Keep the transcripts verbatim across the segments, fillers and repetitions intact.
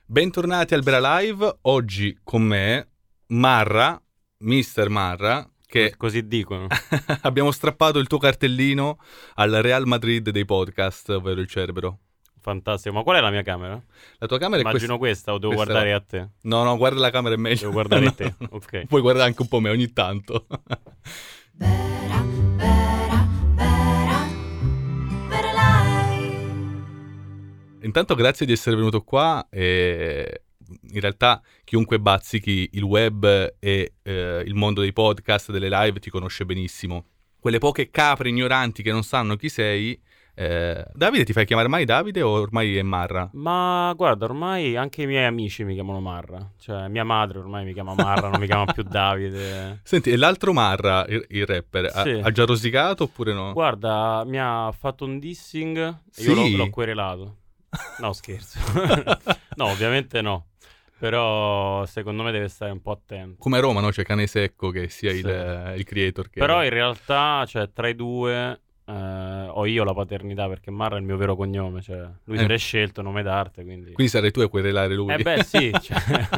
Bentornati al Bera Live, oggi con me Marra, mister Marra, che così dicono. abbiamo strappato il tuo cartellino al Real Madrid dei podcast, ovvero il Cerbero. Fantastico, ma qual è la mia camera? La tua camera Immagino è questa, questa o devo questa guardare là. a te? No, no, guarda la camera è meglio. Devo guardare no, te, no. ok. Puoi guardare anche un po' me ogni tanto. Bera, bera, bera, bera live. Intanto grazie di essere venuto qua e in realtà chiunque bazzichi il web e eh, il mondo dei podcast, delle live ti conosce benissimo. Quelle poche capre ignoranti che non sanno chi sei. Eh, Davide, ti fai chiamare mai Davide o ormai è Marra? Ma guarda, ormai anche i miei amici mi chiamano Marra. Cioè, mia madre ormai mi chiama Marra, non mi chiama più Davide. Senti, e l'altro Marra, il, il rapper, ha, Sì. ha già rosicato oppure no? Guarda, mi ha fatto un dissing e Sì? io l'ho, l'ho querelato. No, scherzo. No, ovviamente no. Però secondo me deve stare un po' attento. Come a Roma, no? C'è Cane Secco che sia Sì. il, il creator. Che... Però in realtà, cioè, tra i due eh, ho io la paternità, perché Marra è il mio vero cognome. Cioè, lui Eh. se l'è scelto, nome d'arte, quindi... Quindi sarai tu a querelare lui. Eh beh, sì. Cioè...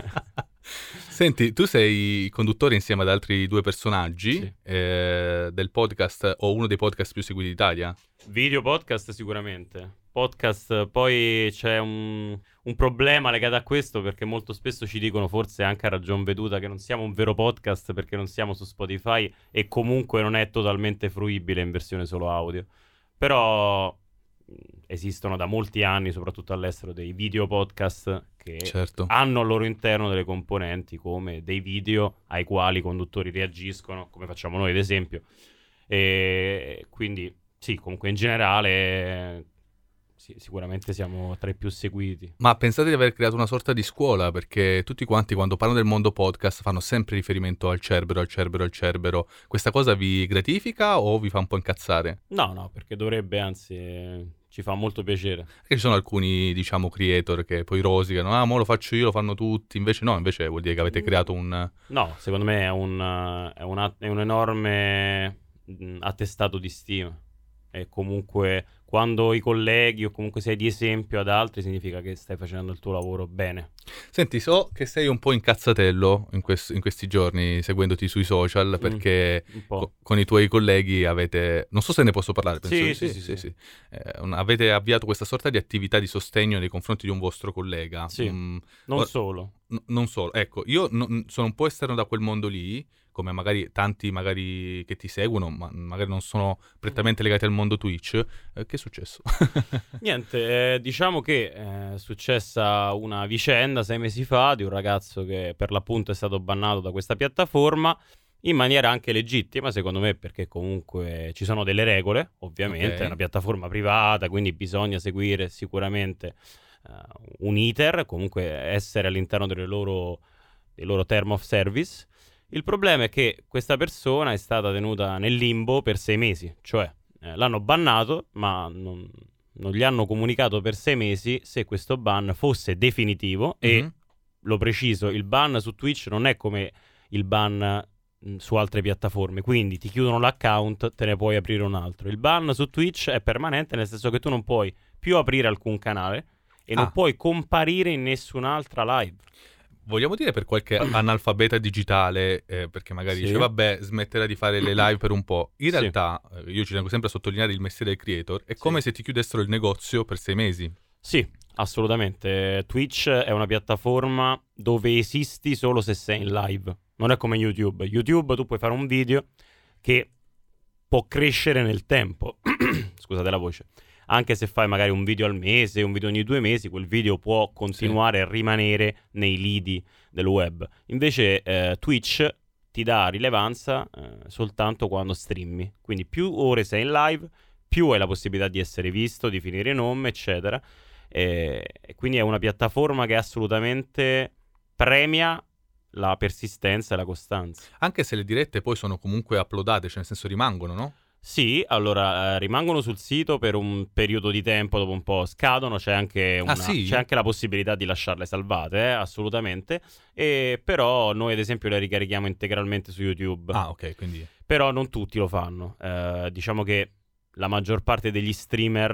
Senti, tu sei conduttore insieme ad altri due personaggi Sì. eh, del podcast o uno dei podcast più seguiti d'Italia. Video podcast sicuramente. Podcast, poi c'è un, un problema legato a questo, perché molto spesso ci dicono, forse anche a ragion veduta, che non siamo un vero podcast perché non siamo su Spotify e comunque non è totalmente fruibile in versione solo audio. Però mh, esistono da molti anni, soprattutto all'estero, dei video podcast che Certo. hanno al loro interno delle componenti come dei video ai quali i conduttori reagiscono, come facciamo noi ad esempio. E quindi sì, comunque in generale sì, sicuramente siamo tra i più seguiti. Ma pensate di aver creato una sorta di scuola, perché tutti quanti quando parlano del mondo podcast fanno sempre riferimento al Cerbero, al Cerbero, al Cerbero. Questa cosa vi gratifica o vi fa un po' incazzare? No, no, perché dovrebbe, anzi, ci fa molto piacere. Perché ci sono alcuni, diciamo, creator che poi rosicano, ah, mo lo faccio io, lo fanno tutti. Invece no, invece vuol dire che avete creato un... No, secondo me è un, è un, è un enorme mh, attestato di stima. E comunque quando i colleghi o comunque sei di esempio ad altri, significa che stai facendo il tuo lavoro bene. Senti, so che sei un po' incazzatello in, quest- in questi giorni seguendoti sui social, perché Mm, un po'. co- con i tuoi colleghi avete, non so se ne posso parlare, penso Sì, di sì, sì, sì. Eh, un- avete avviato questa sorta di attività di sostegno nei confronti di un vostro collega. Sì. Mm, Non or- solo. n- non solo, ecco, io non- sono un po' esterno da quel mondo lì, come magari tanti magari che ti seguono, ma magari non sono prettamente legati al mondo Twitch. Eh, che è successo? Niente, eh, diciamo che eh, è successa una vicenda sei mesi fa di un ragazzo che per l'appunto è stato bannato da questa piattaforma in maniera anche legittima, secondo me, perché comunque ci sono delle regole, ovviamente, Ok. è una piattaforma privata, quindi bisogna seguire sicuramente eh, un iter, comunque essere all'interno delle loro, dei loro term of service. Il problema è che questa persona è stata tenuta nel limbo per sei mesi, cioè eh, l'hanno bannato, ma non, non gli hanno comunicato per sei mesi se questo ban fosse definitivo. E Mhm. lo preciso, il ban su Twitch non è come il ban mh, su altre piattaforme, quindi ti chiudono l'account, te ne puoi aprire un altro. Il ban su Twitch è permanente, nel senso che tu non puoi più aprire alcun canale e Ah. non puoi comparire in nessun'altra live. Vogliamo dire per qualche analfabeta digitale, eh, perché magari Sì. dice vabbè smetterà di fare le live per un po'. In Sì. realtà, eh, io ci tengo sempre a sottolineare il mestiere del creator, è Sì. come se ti chiudessero il negozio per sei mesi. Sì, assolutamente. Twitch è una piattaforma dove esisti solo se sei in live. Non è come YouTube. YouTube tu puoi fare un video che può crescere nel tempo. Scusate la voce. Anche se fai magari un video al mese, un video ogni due mesi, quel video può continuare a rimanere nei lidi del web. Invece eh, Twitch ti dà rilevanza eh, soltanto quando streami. Quindi più ore sei in live, più hai la possibilità di essere visto, di finire in home, eccetera. E, e quindi è una piattaforma che assolutamente premia la persistenza e la costanza. Anche se le dirette poi sono comunque uploadate, cioè nel senso rimangono, no? Sì, allora eh, rimangono sul sito per un periodo di tempo, dopo un po' scadono, c'è anche, una, Ah, sì? c'è anche la possibilità di lasciarle salvate, eh, assolutamente, e però noi ad esempio le ricarichiamo integralmente su YouTube, Ah, ok, quindi... però non tutti lo fanno. Eh, diciamo che la maggior parte degli streamer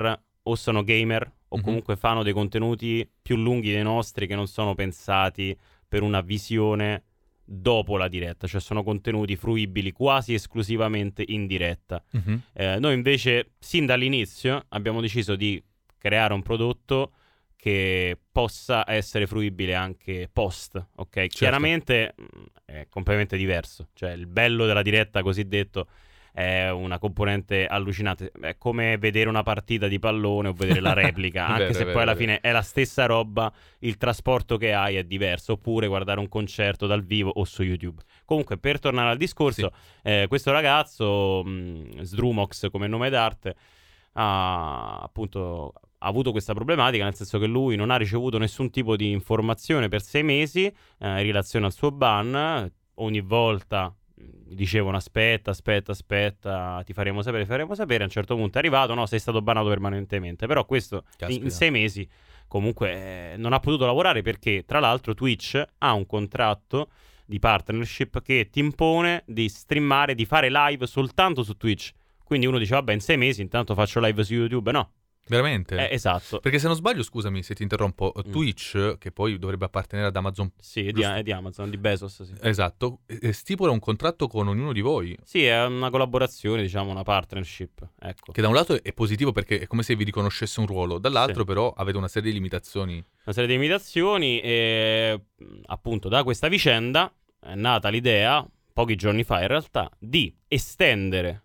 o sono gamer o Mhm. comunque fanno dei contenuti più lunghi dei nostri che non sono pensati per una visione dopo la diretta, cioè sono contenuti fruibili quasi esclusivamente in diretta. Mhm. Eh, noi invece, sin dall'inizio, abbiamo deciso di creare un prodotto che possa essere fruibile anche post, ok? Chiaramente mh, è completamente diverso, cioè il bello della diretta cosiddetto è una componente allucinante, è come vedere una partita di pallone o vedere la replica, È anche vero, se è vero, poi alla è vero. fine è la stessa roba, il trasporto che hai è diverso, oppure guardare un concerto dal vivo o su YouTube. Comunque, per tornare al discorso, eh, questo ragazzo, mh, Sdrumox come nome d'arte, ha appunto ha avuto questa problematica, nel senso che lui non ha ricevuto nessun tipo di informazione per sei mesi eh, in relazione al suo ban. Ogni volta gli dicevano aspetta, aspetta, aspetta, ti faremo sapere, ti faremo sapere. A un certo punto è arrivato, no, sei stato bannato permanentemente. Però questo in, Caspita. in sei mesi comunque eh, non ha potuto lavorare, perché tra l'altro Twitch ha un contratto di partnership che ti impone di streamare, di fare live soltanto su Twitch. Quindi uno dice vabbè, in sei mesi intanto faccio live su YouTube. No, Veramente? eh, esatto. Perché se non sbaglio, scusami se ti interrompo, Mm. Twitch, che poi dovrebbe appartenere ad Amazon, Sì, è di, giusto? è di Amazon, di Bezos, sì. Esatto, eh, stipula un contratto con ognuno di voi, Sì, è una collaborazione, diciamo, una partnership, ecco. che da un lato è positivo perché è come se vi riconoscesse un ruolo, dall'altro Sì. però avete una serie di limitazioni. Una serie di imitazioni e mh, appunto da questa vicenda è nata l'idea, pochi giorni fa in realtà, di estendere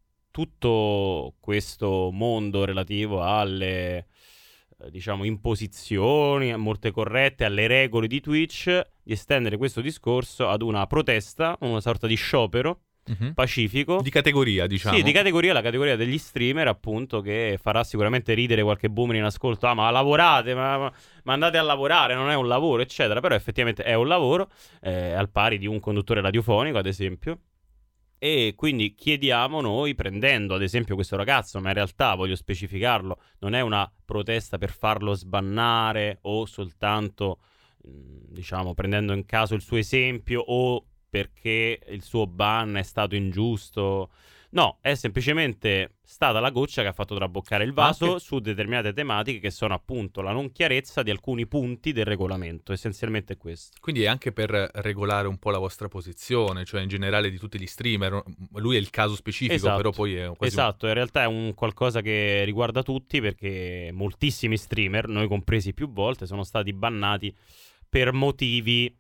tutto questo mondo relativo alle, eh, diciamo, imposizioni, a molte corrette, alle regole di Twitch, di estendere questo discorso ad una protesta, una sorta di sciopero Mhm. pacifico. Di categoria, diciamo. Sì, di categoria, la categoria degli streamer, appunto, che farà sicuramente ridere qualche boomer in ascolto. Ah, ma lavorate, ma, ma- ma andate a lavorare, non è un lavoro, eccetera. Però effettivamente è un lavoro, eh, al pari di un conduttore radiofonico, ad esempio. E quindi chiediamo noi, prendendo ad esempio questo ragazzo, ma in realtà voglio specificarlo, non è una protesta per farlo sbannare o soltanto, mh, diciamo, prendendo in caso il suo esempio o perché il suo ban è stato ingiusto. No, è semplicemente stata la goccia che ha fatto traboccare il vaso Anche- su determinate tematiche che sono appunto la non chiarezza di alcuni punti del regolamento. Essenzialmente è questo. Quindi è anche per regolare un po' la vostra posizione, cioè in generale di tutti gli streamer. Lui è il caso specifico, Esatto. però poi è quasi... Esatto, in realtà è un qualcosa che riguarda tutti, perché moltissimi streamer, noi compresi più volte, sono stati bannati per motivi,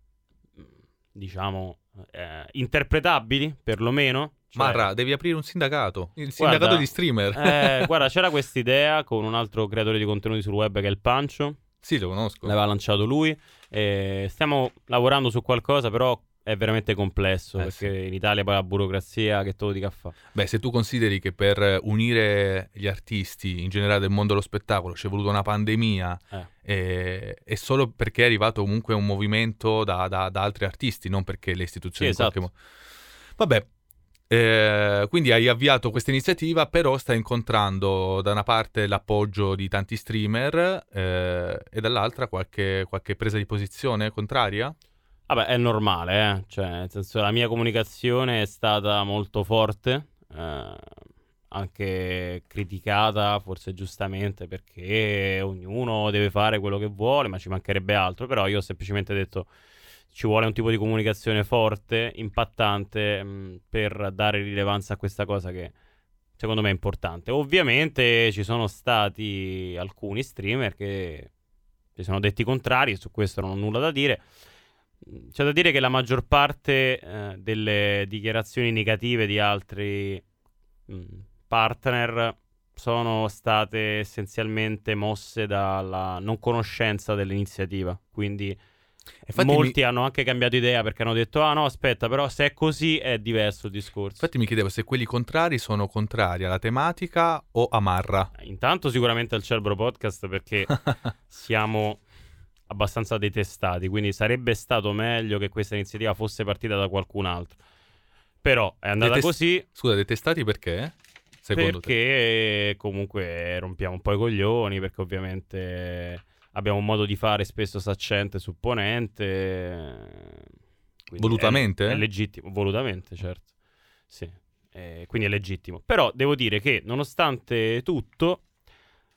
diciamo, eh, interpretabili, perlomeno. Cioè, Marra, devi aprire un sindacato, il sindacato guarda, di streamer. eh, guarda, c'era questa idea con un altro creatore di contenuti sul web che è il Pancio, Sì, lo conosco. l'aveva lanciato lui, e stiamo lavorando su qualcosa, però è veramente complesso, Eh, perché in Italia poi la burocrazia che te lo dica a fa. Beh, se tu consideri che per unire gli artisti in generale del mondo dello spettacolo c'è voluta una pandemia, Eh. eh, è solo perché è arrivato comunque un movimento da, da- da altri artisti, non perché le istituzioni Sì, in qualche esatto. modo... Vabbè, eh, quindi hai avviato questa iniziativa, però stai incontrando da una parte l'appoggio di tanti streamer eh, e dall'altra qualche, qualche presa di posizione contraria? Vabbè, è normale, eh. Cioè, nel senso, la mia comunicazione è stata molto forte, eh, anche criticata, forse giustamente, perché ognuno deve fare quello che vuole, ma ci mancherebbe altro. Però io ho semplicemente detto ci vuole un tipo di comunicazione forte, impattante, mh, per dare rilevanza a questa cosa che secondo me è importante. Ovviamente ci sono stati alcuni streamer che si sono detti contrari, e su questo non ho nulla da dire. C'è da dire che la maggior parte eh, delle dichiarazioni negative di altri mh, partner sono state essenzialmente mosse dalla non conoscenza dell'iniziativa. Quindi Infatti molti mi- hanno anche cambiato idea, perché hanno detto ah no, aspetta, però se è così è diverso il discorso. Infatti mi chiedevo se quelli contrari sono contrari alla tematica o a Marra. Intanto sicuramente al Cerbero Podcast, perché siamo abbastanza detestati, quindi sarebbe stato meglio che questa iniziativa fosse partita da qualcun altro. Però è andata Detest- così Scusa, detestati perché? Secondo te? perché comunque rompiamo un po' i coglioni, perché ovviamente abbiamo un modo di fare spesso saccente, supponente. Quindi Volutamente? È, è legittimo, volutamente, certo. Sì, eh, quindi è legittimo. Però devo dire che nonostante tutto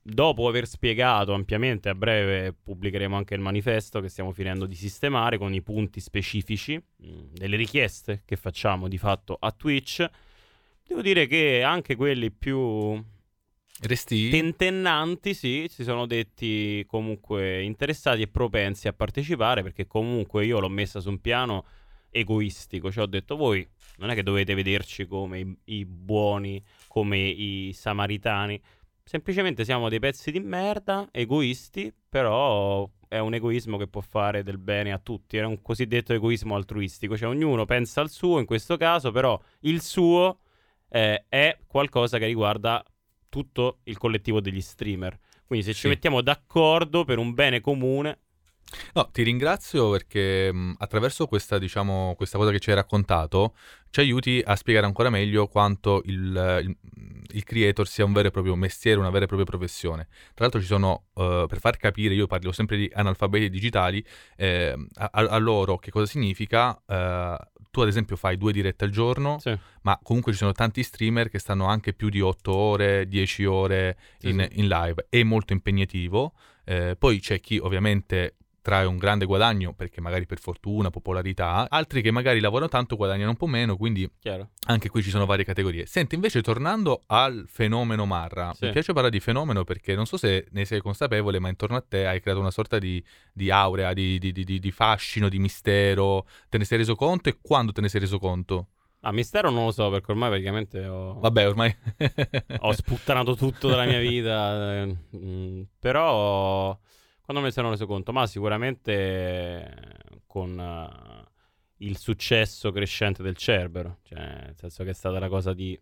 dopo aver spiegato ampiamente, a breve pubblicheremo anche il manifesto che stiamo finendo di sistemare con i punti specifici, mh, delle richieste che facciamo di fatto a Twitch. Devo dire che anche quelli più Resti? tentennanti, sì, si sono detti comunque interessati e propensi a partecipare, perché comunque io l'ho messa su un piano egoistico, cioè ho detto voi non è che dovete vederci come i, i buoni, come i samaritani, semplicemente siamo dei pezzi di merda, egoisti, però è un egoismo che può fare del bene a tutti, è un cosiddetto egoismo altruistico, cioè ognuno pensa al suo in questo caso, però il suo eh, è qualcosa che riguarda tutto il collettivo degli streamer. Quindi se ci Sì. mettiamo d'accordo per un bene comune. No, ti ringrazio perché mh, attraverso questa, diciamo, questa cosa che ci hai raccontato ci aiuti a spiegare ancora meglio quanto il, il, il creator sia un vero e proprio mestiere, una vera e propria professione. Tra l'altro ci sono, uh, per far capire, io parlo sempre di analfabeti digitali, eh, a, a loro che cosa significa, uh, tu ad esempio fai due dirette al giorno, Sì. ma comunque ci sono tanti streamer che stanno anche più di otto ore, dieci ore Sì, in, sì. in live, è molto impegnativo. Eh, poi c'è chi ovviamente trae un grande guadagno perché magari per fortuna, popolarità, altri che magari lavorano tanto guadagnano un po' meno, quindi Chiaro. anche qui ci sono varie categorie. Senti, invece tornando al fenomeno Marra, Sì. mi piace parlare di fenomeno perché non so se ne sei consapevole, ma intorno a te hai creato una sorta di, di aurea, di, di, di, di fascino, di mistero. Te ne sei reso conto e quando te ne sei reso conto? Ah, mistero non lo so, perché ormai praticamente ho, Vabbè, ormai... ho sputtanato tutto dalla mia vita, eh, mm, però quando me ne sono reso conto, ma sicuramente eh, con eh, il successo crescente del Cerbero, cioè nel senso che è stata la cosa di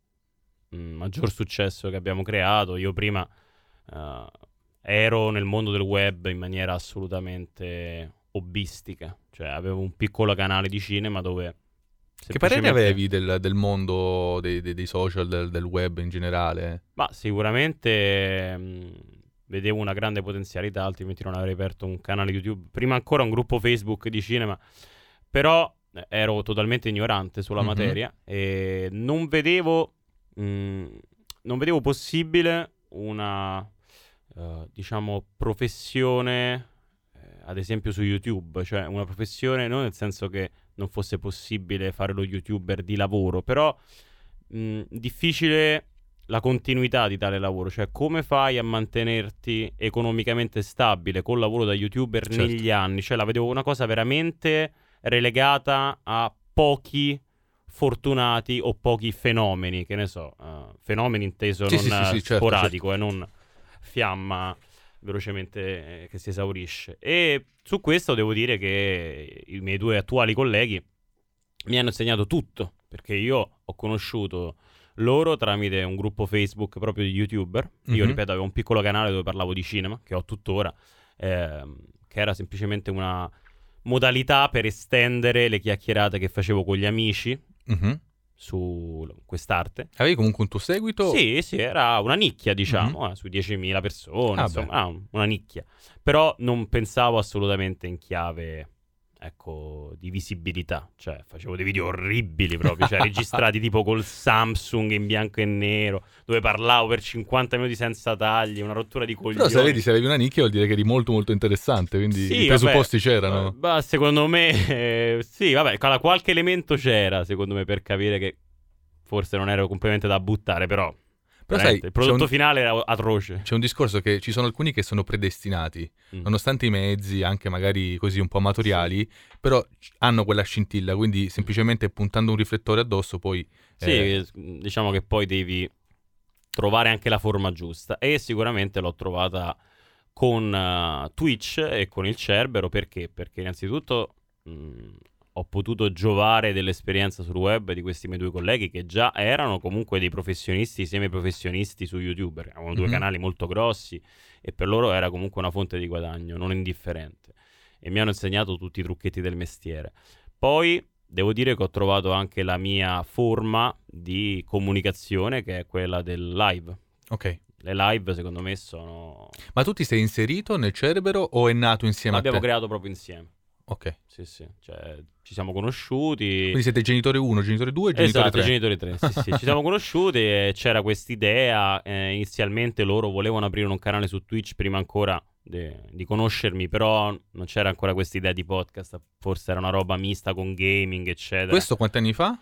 mm, maggior successo che abbiamo creato. Io prima eh, ero nel mondo del web in maniera assolutamente hobbistica, cioè avevo un piccolo canale di cinema dove Che parere semplicemente- avevi del, del mondo dei, dei- dei social, del, del web in generale? Ma sicuramente mh, vedevo una grande potenzialità, altrimenti non avrei aperto un canale YouTube. Prima ancora un gruppo Facebook di cinema, però eh, ero totalmente ignorante sulla Mhm. materia e non vedevo, mh, non vedevo possibile una, eh, diciamo, professione, eh, ad esempio su YouTube, cioè una professione non nel senso che non fosse possibile fare lo YouTuber di lavoro, però mh, difficile la continuità di tale lavoro, cioè come fai a mantenerti economicamente stabile col lavoro da YouTuber Certo. negli anni, cioè la vedevo una cosa veramente relegata a pochi fortunati o pochi fenomeni, che ne so, uh, fenomeni inteso Sì, non sì, sì, sì, certo, sporadico e non fiamma velocemente eh, che si esaurisce. E su questo devo dire che i miei due attuali colleghi mi hanno insegnato tutto, perché io ho conosciuto loro tramite un gruppo Facebook proprio di YouTuber. Io, Mhm. ripeto, avevo un piccolo canale dove parlavo di cinema, che ho tuttora, ehm, che era semplicemente una modalità per estendere le chiacchierate che facevo con gli amici Mhm. su quest'arte. Avevi comunque un tuo seguito? Sì, sì, era una nicchia, diciamo, eh, su diecimila persone, Ah, insomma, ah, una nicchia. Però non pensavo assolutamente in chiave, ecco, di visibilità. Cioè, facevo dei video orribili proprio, cioè registrati tipo col Samsung in bianco e nero, dove parlavo per cinquanta minuti senza tagli, una rottura di coglioni. Però se vedi, se avevi una nicchia vuol dire che eri molto molto interessante, quindi Sì, i presupposti vabbè, c'erano. eh, bah, secondo me, eh, sì, vabbè, qual- qualche elemento c'era, secondo me, per capire che forse non ero completamente da buttare, però, Però veramente, sai, il prodotto c'è un- finale era atroce. C'è un discorso che ci sono alcuni che sono predestinati, Mm. nonostante i mezzi, anche magari così un po' amatoriali, però c- hanno quella scintilla, quindi semplicemente puntando un riflettore addosso poi... Sì, eh, diciamo che poi devi trovare anche la forma giusta, e sicuramente l'ho trovata con eh, Twitch e con il Cerbero. Perché? Perché innanzitutto mh, ho potuto giovare dell'esperienza sul web di questi miei due colleghi che già erano comunque dei professionisti, semiprofessionisti su YouTube, avevano due Mhm. canali molto grossi e per loro era comunque una fonte di guadagno non indifferente, e mi hanno insegnato tutti i trucchetti del mestiere. Poi devo dire che ho trovato anche la mia forma di comunicazione, che è quella del live. ok. Le live secondo me sono... Ma tu ti sei inserito nel Cerbero o è nato insieme L'abbiamo a te? creato proprio insieme. ok. Sì, sì, cioè ci siamo conosciuti. Quindi siete genitore uno, genitore due e genitore Esatto, tre. genitore tre, sì, sì. Ci siamo conosciuti e c'era quest'idea. Eh, inizialmente loro volevano aprire un canale su Twitch prima ancora de- di conoscermi, però non c'era ancora quest'idea di podcast. Forse era una roba mista con gaming, eccetera. Questo quanti anni fa?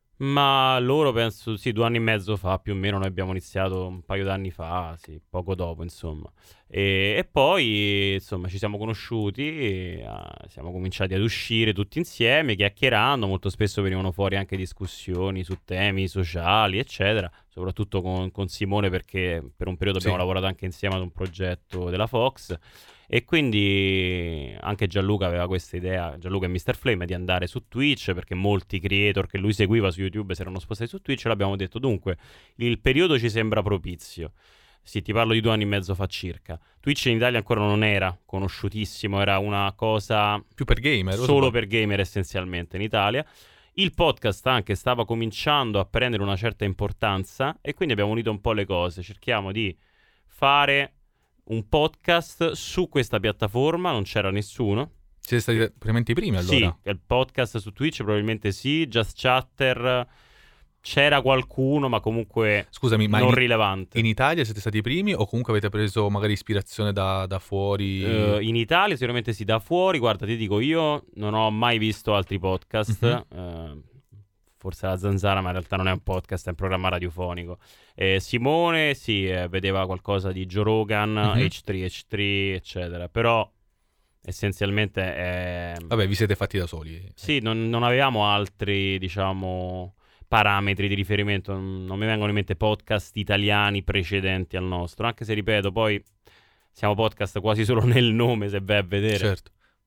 Ma loro penso, sì, due anni e mezzo fa più o meno, noi abbiamo iniziato un paio d'anni fa, sì, poco dopo, insomma. E, e poi, insomma, ci siamo conosciuti, e, ah, siamo cominciati ad uscire tutti insieme, chiacchierando, molto spesso venivano fuori anche discussioni su temi sociali, eccetera, soprattutto con, con Simone perché per un periodo abbiamo Sì. lavorato anche insieme ad un progetto della Fox. E quindi anche Gianluca aveva questa idea, Gianluca e mister Flame, di andare su Twitch, perché molti creator che lui seguiva su YouTube si erano spostati su Twitch, e l'abbiamo detto, dunque, il periodo ci sembra propizio. Sì, ti parlo di due anni e mezzo fa circa. Twitch in Italia ancora non era conosciutissimo, era una cosa Più per gamer? o solo sbaglio? per gamer essenzialmente in Italia. Il podcast anche stava cominciando a prendere una certa importanza e quindi abbiamo unito un po' le cose. Cerchiamo di fare un podcast su questa piattaforma, non c'era nessuno. Siete stati veramente i primi allora? Sì, il podcast su Twitch probabilmente sì, Just Chatter c'era qualcuno, ma comunque Scusami, ma non in, rilevante. in Italia siete stati i primi o comunque avete preso magari ispirazione da, da fuori? Eh, in Italia sicuramente sì, da fuori, guarda, ti dico, io non ho mai visto altri podcast. Mhm. eh, Forse la Zanzara, ma in realtà non è un podcast, è un programma radiofonico. Eh, Simone, sì, eh, vedeva qualcosa di Joe Rogan, Mhm. H tre H tre, eccetera. Però essenzialmente è... Vabbè, vi siete fatti da soli. Sì, non, non avevamo altri, diciamo, parametri di riferimento. Non, non mi vengono in mente podcast italiani precedenti al nostro. Anche se, ripeto, poi siamo podcast quasi solo nel nome, se vai a vedere. Certo.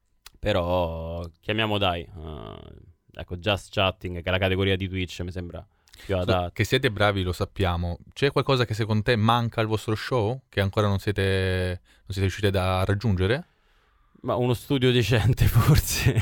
Però chiamiamo, dai... eh, ecco, Just Chatting, che è la categoria di Twitch, mi sembra più adatta. Che siete bravi, lo sappiamo. C'è qualcosa che secondo te manca al vostro show? Che ancora non siete, non siete riusciti a raggiungere? Ma uno studio decente, forse.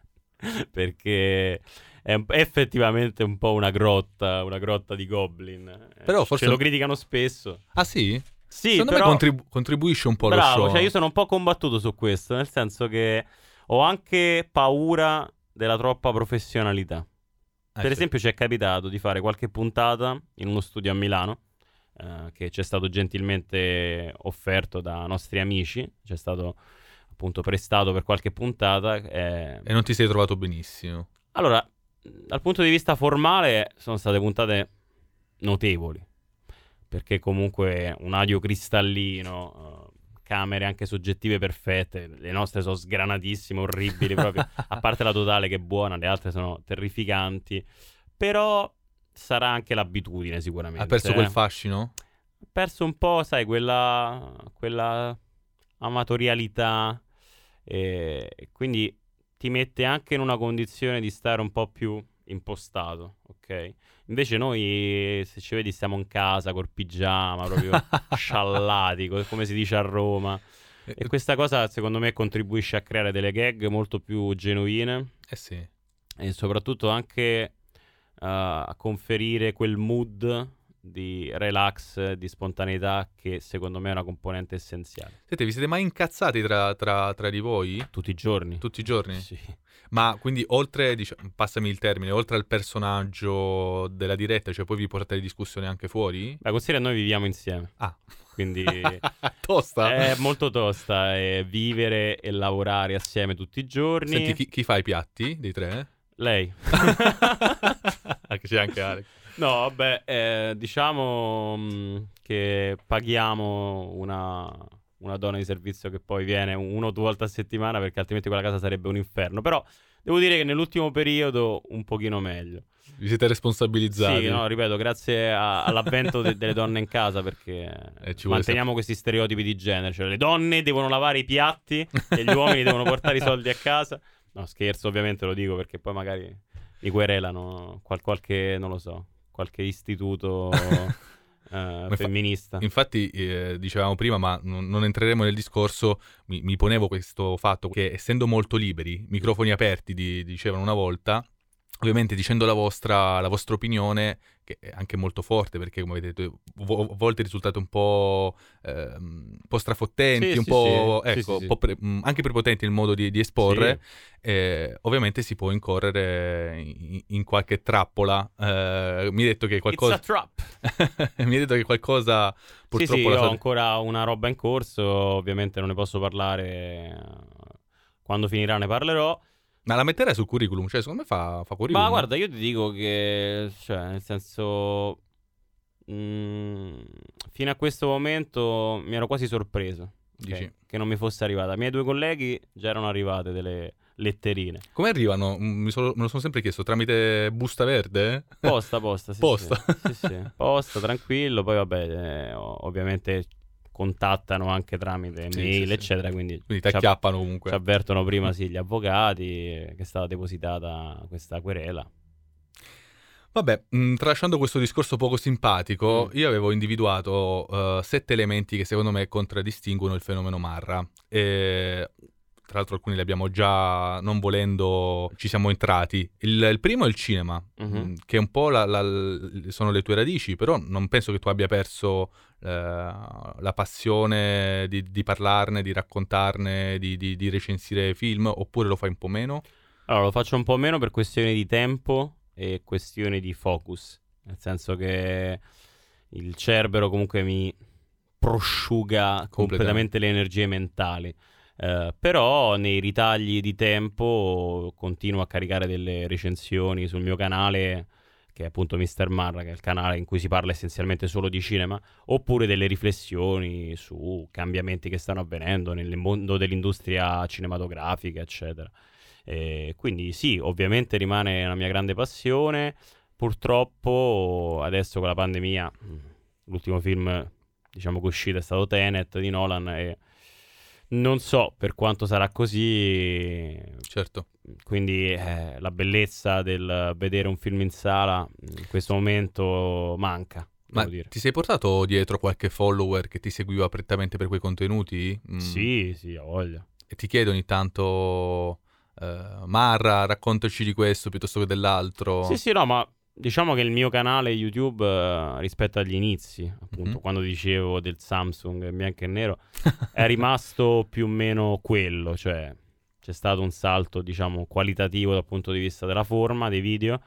Perché è, un- è effettivamente un po' una grotta, una grotta di goblin. Eh, Però ce- forse- Ce lo criticano spesso. Ah sì? Sì, Secondo però... me contribu- contribuisce un po' allo Bravo, show. cioè io sono un po' combattuto su questo, nel senso che ho anche paura della troppa professionalità. Eh, Per sì. esempio ci è capitato di fare qualche puntata in uno studio a Milano, eh, che ci è stato gentilmente offerto da nostri amici, ci è stato appunto prestato per qualche puntata. eh. E non ti sei trovato benissimo. Allora, dal punto di vista formale sono state puntate notevoli, perché comunque un audio cristallino, eh, camere anche soggettive perfette, le nostre sono sgranatissime, orribili proprio, a parte la totale che è buona, le altre sono terrificanti, però sarà anche l'abitudine sicuramente. Ha perso eh. quel fascino? Ha perso un po', sai, quella, quella amatorialità, e quindi ti mette anche in una condizione di stare un po' più impostato, ok? Invece noi, se ci vedi, stiamo in casa col pigiama, proprio sciallati, co- come si dice a Roma. E questa cosa, secondo me, contribuisce a creare delle gag molto più genuine Eh sì. e soprattutto anche uh, a conferire quel mood di relax, di spontaneità che secondo me è una componente essenziale. Senti, vi siete mai incazzati tra, tra, tra di voi? Tutti i giorni. Tutti i giorni? Sì. Ma quindi oltre, diciamo, passami il termine, oltre al personaggio della diretta, cioè poi vi portate le discussioni anche fuori? Beh, considera noi viviamo insieme, Ah. quindi Tosta? è molto tosta eh, vivere e lavorare assieme tutti i giorni. Senti, chi, chi fa i piatti dei tre? Lei. Anche c'è anche Alex. No, vabbè, eh, diciamo mh, che paghiamo una, una donna di servizio che poi viene uno o due volte a settimana, perché altrimenti quella casa sarebbe un inferno. Però devo dire che nell'ultimo periodo un pochino meglio. Vi siete responsabilizzati? Sì, no, ripeto, grazie a- all'avvento de- delle donne in casa, perché Eh, ci vuole manteniamo questi stereotipi di genere. Cioè le donne devono lavare i piatti e gli uomini devono portare i soldi a casa. No, scherzo, ovviamente lo dico perché poi magari mi querelano qual- qualche, non lo so, qualche istituto eh, fa- femminista. Infatti, eh, dicevamo prima, ma non, non entreremo nel discorso, mi, mi ponevo questo fatto che essendo molto liberi, microfoni aperti, di- dicevano una volta, ovviamente dicendo la vostra, la vostra opinione, che è anche molto forte, perché come vedete vo- a volte risultate un po', ehm, un po' strafottenti, Sì, un sì, po', sì. Sì, ecco, sì, un sì. po' pre- mh, anche prepotenti nel modo di, di esporre, Sì. eh, ovviamente si può incorrere in, in qualche trappola. Eh, mi hai detto che It's qualcosa... a trap. mi hai detto che qualcosa Sì, purtroppo sì, la io ho state... ancora una roba in corso, ovviamente non ne posso parlare. eh, Quando finirà ne parlerò. Ma la metterai sul curriculum? Cioè, secondo me fa, fa Ma curriculum, no? guarda, io ti dico che, cioè, nel senso, mm, fino a questo momento mi ero quasi sorpreso, ok, Dici. che non mi fosse arrivata. I miei due colleghi già erano arrivate delle letterine. Come arrivano? Mm, Mi sono- me lo sono sempre chiesto, tramite busta verde? Posta, posta, sì, Posta. sì, sì, sì. Posta, tranquillo. Poi vabbè, eh, o- ovviamente contattano anche tramite Sì, mail, sì, sì. eccetera. Quindi Quindi ti ci, av- acchiappano comunque. ci avvertono prima sì gli avvocati eh, che è stata depositata questa querela. Vabbè, mh, tralasciando questo discorso poco simpatico, Mm. io avevo individuato uh, sette elementi che secondo me contraddistinguono il fenomeno Marra. E, tra l'altro alcuni li abbiamo già, non volendo, ci siamo entrati. Il, il primo è il cinema, Mhm. mh, che un po' la- la- l- sono le tue radici, però non penso che tu abbia perso eh, la passione di, di parlarne, di raccontarne, di, di- di recensire film, oppure lo fai un po' meno? Allora, lo faccio un po' meno per questioni di tempo e questioni di focus. Nel senso che il Cerbero comunque mi prosciuga completamente le energie mentali. Eh, però nei ritagli di tempo continuo a caricare delle recensioni sul mio canale, che è appunto mister Marra, che è il canale in cui si parla essenzialmente solo di cinema, oppure delle riflessioni su cambiamenti che stanno avvenendo nel mondo dell'industria cinematografica, eccetera. E quindi sì, ovviamente rimane una mia grande passione. Purtroppo adesso con la pandemia, mh, l'ultimo film diciamo che è uscito è stato Tenet di Nolan e non so per quanto sarà così. Certo. Quindi eh, la bellezza del vedere un film in sala in questo momento manca, Ma devo dire. ti sei portato dietro qualche follower che ti seguiva prettamente per quei contenuti? Mm. Sì, sì, ho voglia. E ti chiedo ogni tanto, eh, Marra, raccontaci di questo piuttosto che dell'altro. Sì, sì, no, ma diciamo che il mio canale YouTube eh, rispetto agli inizi, appunto, Mhm. quando dicevo del Samsung in bianco e nero, è rimasto più o meno quello, cioè c'è stato un salto, diciamo, qualitativo dal punto di vista della forma dei video.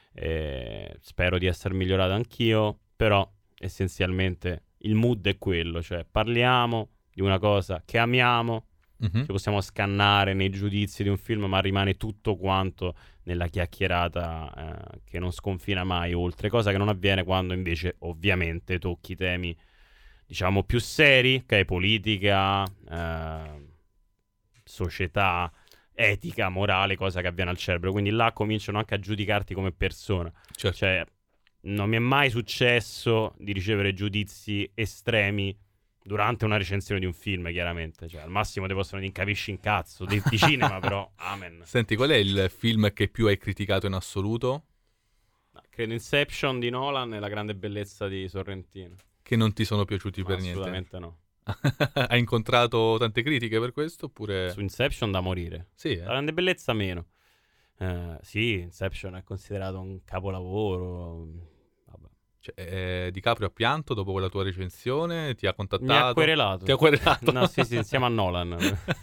E spero di essere migliorato anch'io, però essenzialmente il mood è quello, cioè parliamo di una cosa che amiamo, Mhm. ci possiamo scannare nei giudizi di un film, ma rimane tutto quanto nella chiacchierata eh, che non sconfina mai oltre, cosa che non avviene quando invece ovviamente tocchi temi diciamo più seri, ok, politica, eh, società, etica, morale, cosa che avviene al cerebro, quindi là cominciano anche a giudicarti come persona. Certo. Cioè non mi è mai successo di ricevere giudizi estremi durante una recensione di un film, chiaramente. Cioè, al massimo ti possono dire capisci in cazzo di, di cinema, però amen. Senti, qual è il film che più hai criticato in assoluto? No, credo Inception di Nolan e La grande bellezza di Sorrentino. Che non ti sono piaciuti per niente? Assolutamente no. Hai incontrato tante critiche per questo? Oppure... Su Inception da morire. Sì, La eh? grande bellezza meno. Eh, sì, Inception è considerato un capolavoro. Vabbè. Cioè, eh, DiCaprio ha pianto dopo quella tua recensione? Ti ha contattato? Mi ha querelato. Ti ha querelato? No, sì, sì, insieme a Nolan.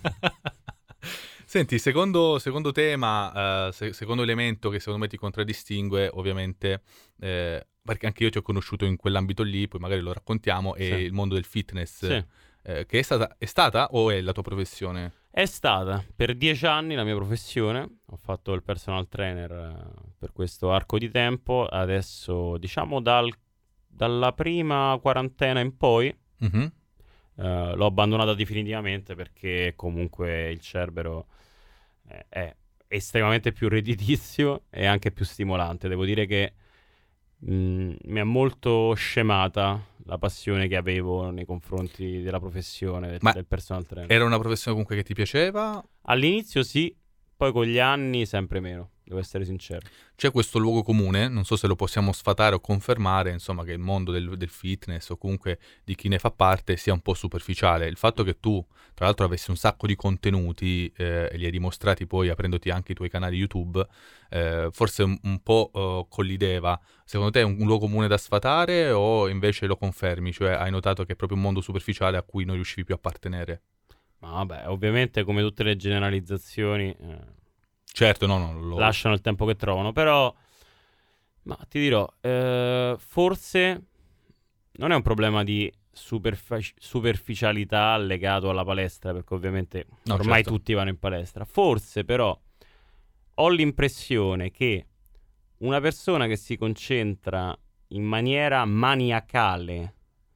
Senti, secondo, secondo tema, eh, se- secondo elemento che secondo me ti contraddistingue, ovviamente, eh, perché anche io ti ho conosciuto in quell'ambito lì, poi magari lo raccontiamo, è Sì. il mondo del fitness, Sì. eh, che è stata, è stata o è la tua professione? È stata per dieci anni la mia professione. Ho fatto il personal trainer eh, per questo arco di tempo. Adesso, diciamo, dal- dalla prima quarantena in poi Mhm. eh, l'ho abbandonata definitivamente perché comunque il Cerbero eh, è estremamente più redditizio e anche più stimolante. Devo dire che mh, mi ha molto scemata la passione che avevo nei confronti della professione del, Ma del personal trainer. Era una professione comunque che ti piaceva? All'inizio sì, poi con gli anni sempre meno. devo essere sincero. C'è questo luogo comune, non so se lo possiamo sfatare o confermare, insomma, che il mondo del, del fitness o comunque di chi ne fa parte sia un po' superficiale. Il fatto che tu, tra l'altro, avessi un sacco di contenuti eh, e li hai dimostrati poi aprendoti anche i tuoi canali YouTube, eh, forse un, un po' eh, collideva. Secondo te è un, un luogo comune da sfatare o invece lo confermi? Cioè hai notato che è proprio un mondo superficiale a cui non riuscivi più a appartenere? Ma vabbè, ovviamente come tutte le generalizzazioni... Eh... Certo, no, no, lo... lasciano il tempo che trovano, però ma ti dirò, eh, forse non è un problema di superfi- superficialità legato alla palestra, perché ovviamente No, ormai certo. tutti vanno in palestra. Forse però ho l'impressione che una persona che si concentra in maniera maniacale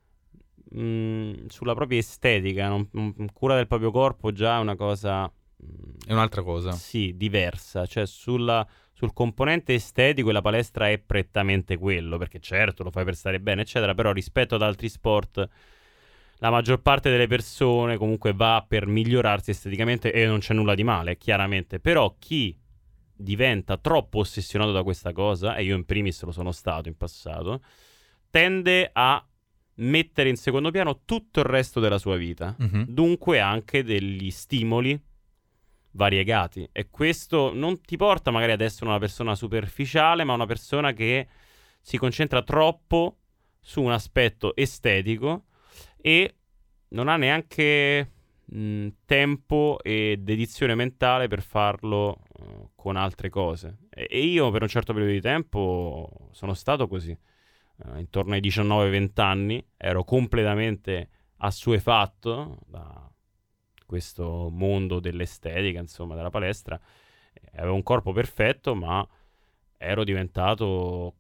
mh, sulla propria estetica, non, non- cura del proprio corpo, già è una cosa... È un'altra cosa. Sì, diversa, cioè sulla, sul componente estetico la palestra è prettamente quello, perché certo lo fai per stare bene, eccetera, però rispetto ad altri sport la maggior parte delle persone comunque va per migliorarsi esteticamente e non c'è nulla di male, chiaramente, però chi diventa troppo ossessionato da questa cosa, e io in primis lo sono stato in passato, tende a mettere in secondo piano tutto il resto della sua vita, Mhm. dunque anche degli stimoli variegati, e questo non ti porta magari ad essere una persona superficiale, ma una persona che si concentra troppo su un aspetto estetico e non ha neanche mh, tempo e dedizione mentale per farlo uh, con altre cose. E, e io per un certo periodo di tempo sono stato così. Uh, intorno ai diciannove venti anni ero completamente assuefatto da questo mondo dell'estetica, insomma, della palestra. Avevo un corpo perfetto, ma ero diventato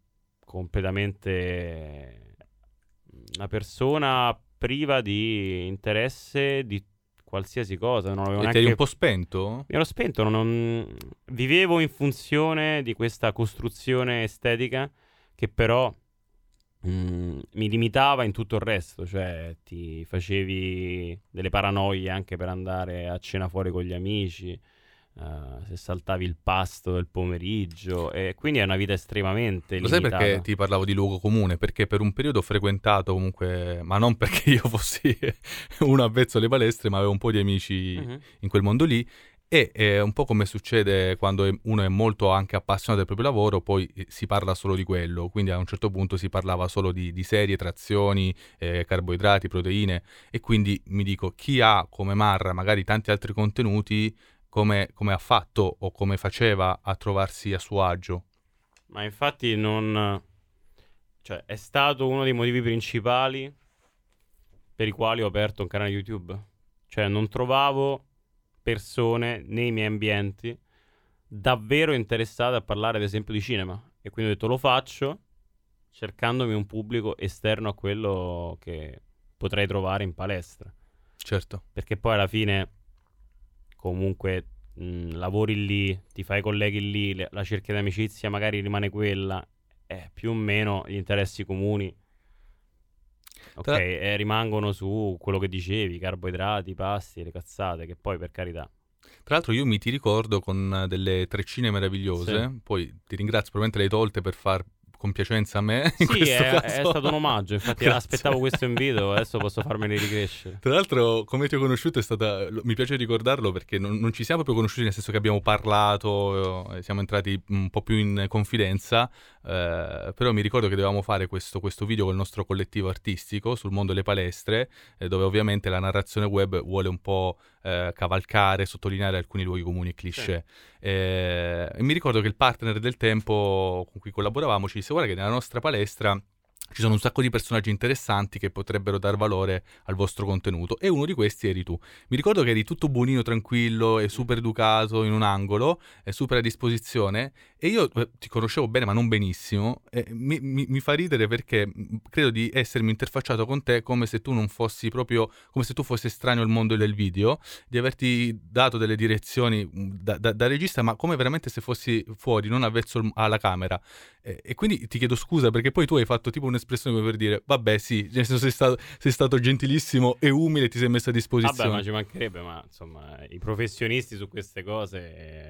completamente una persona priva di interesse di qualsiasi cosa. Non avevo E ti neanche... eri un po' spento? Mi ero spento, non, non- vivevo in funzione di questa costruzione estetica che però mm, mi limitava in tutto il resto, cioè ti facevi delle paranoie anche per andare a cena fuori con gli amici, eh, se saltavi il pasto del pomeriggio, e quindi è una vita estremamente Lo sai limitata. perché ti parlavo di luogo comune? Perché per un periodo ho frequentato comunque, ma non perché io fossi uno avvezzo alle palestre, ma avevo un po' di amici Mhm. in quel mondo lì. E è un po' come succede quando è- uno è molto anche appassionato del proprio lavoro, poi eh, si parla solo di quello, quindi a un certo punto si parlava solo di, di serie, trazioni, eh, carboidrati, proteine, e quindi mi dico, chi ha come Marra magari tanti altri contenuti, come, come ha fatto o come faceva a trovarsi a suo agio? Ma infatti non... cioè è stato uno dei motivi principali per i quali ho aperto un canale YouTube. Cioè non trovavo persone nei miei ambienti davvero interessate a parlare ad esempio di cinema, e quindi ho detto lo faccio cercandomi un pubblico esterno a quello che potrei trovare in palestra, Certo. perché poi alla fine comunque mh, lavori lì, ti fai colleghi lì, le- la cerchia di amicizia magari rimane quella, eh, più o meno gli interessi comuni ok, Tra- eh, rimangono su quello che dicevi, carboidrati, pasti, le cazzate, che poi per carità. Tra l'altro io mi ti ricordo con delle treccine meravigliose, poi ti ringrazio, probabilmente le hai tolte per far compiacenza a me in Sì, questo è, caso. è stato un omaggio, infatti Grazie. aspettavo questo invito, adesso posso farmeli ricrescere. Tra l'altro, come ti ho conosciuto è stata, lo- mi piace ricordarlo perché non, non ci siamo proprio conosciuti, nel senso che abbiamo parlato, eh, siamo entrati un po' più in confidenza, eh, però mi ricordo che dovevamo fare questo, questo video col nostro collettivo artistico sul mondo delle palestre, eh, dove ovviamente la narrazione web vuole un po' eh, cavalcare, sottolineare alcuni luoghi comuni e cliché. Eh, e mi ricordo che il partner del tempo con cui collaboravamo ci disse: guarda che nella nostra palestra ci sono un sacco di personaggi interessanti che potrebbero dar valore al vostro contenuto, e uno di questi eri tu. Mi ricordo che eri tutto buonino, tranquillo e super educato in un angolo, e super a disposizione, e io eh, ti conoscevo bene ma non benissimo, e mi, mi- mi fa ridere perché mh, credo di essermi interfacciato con te come se tu non fossi proprio, come se tu fossi estraneo al mondo del video, di averti dato delle direzioni mh, da, da- da regista, ma come veramente se fossi fuori, non avvezzo al- alla camera. E, e quindi ti chiedo scusa perché poi tu hai fatto tipo un'espressione come per dire vabbè sì, nel senso sei stato, sei stato gentilissimo e umile e ti sei messo a disposizione. Vabbè, ma ci mancherebbe, ma insomma, i professionisti su queste cose...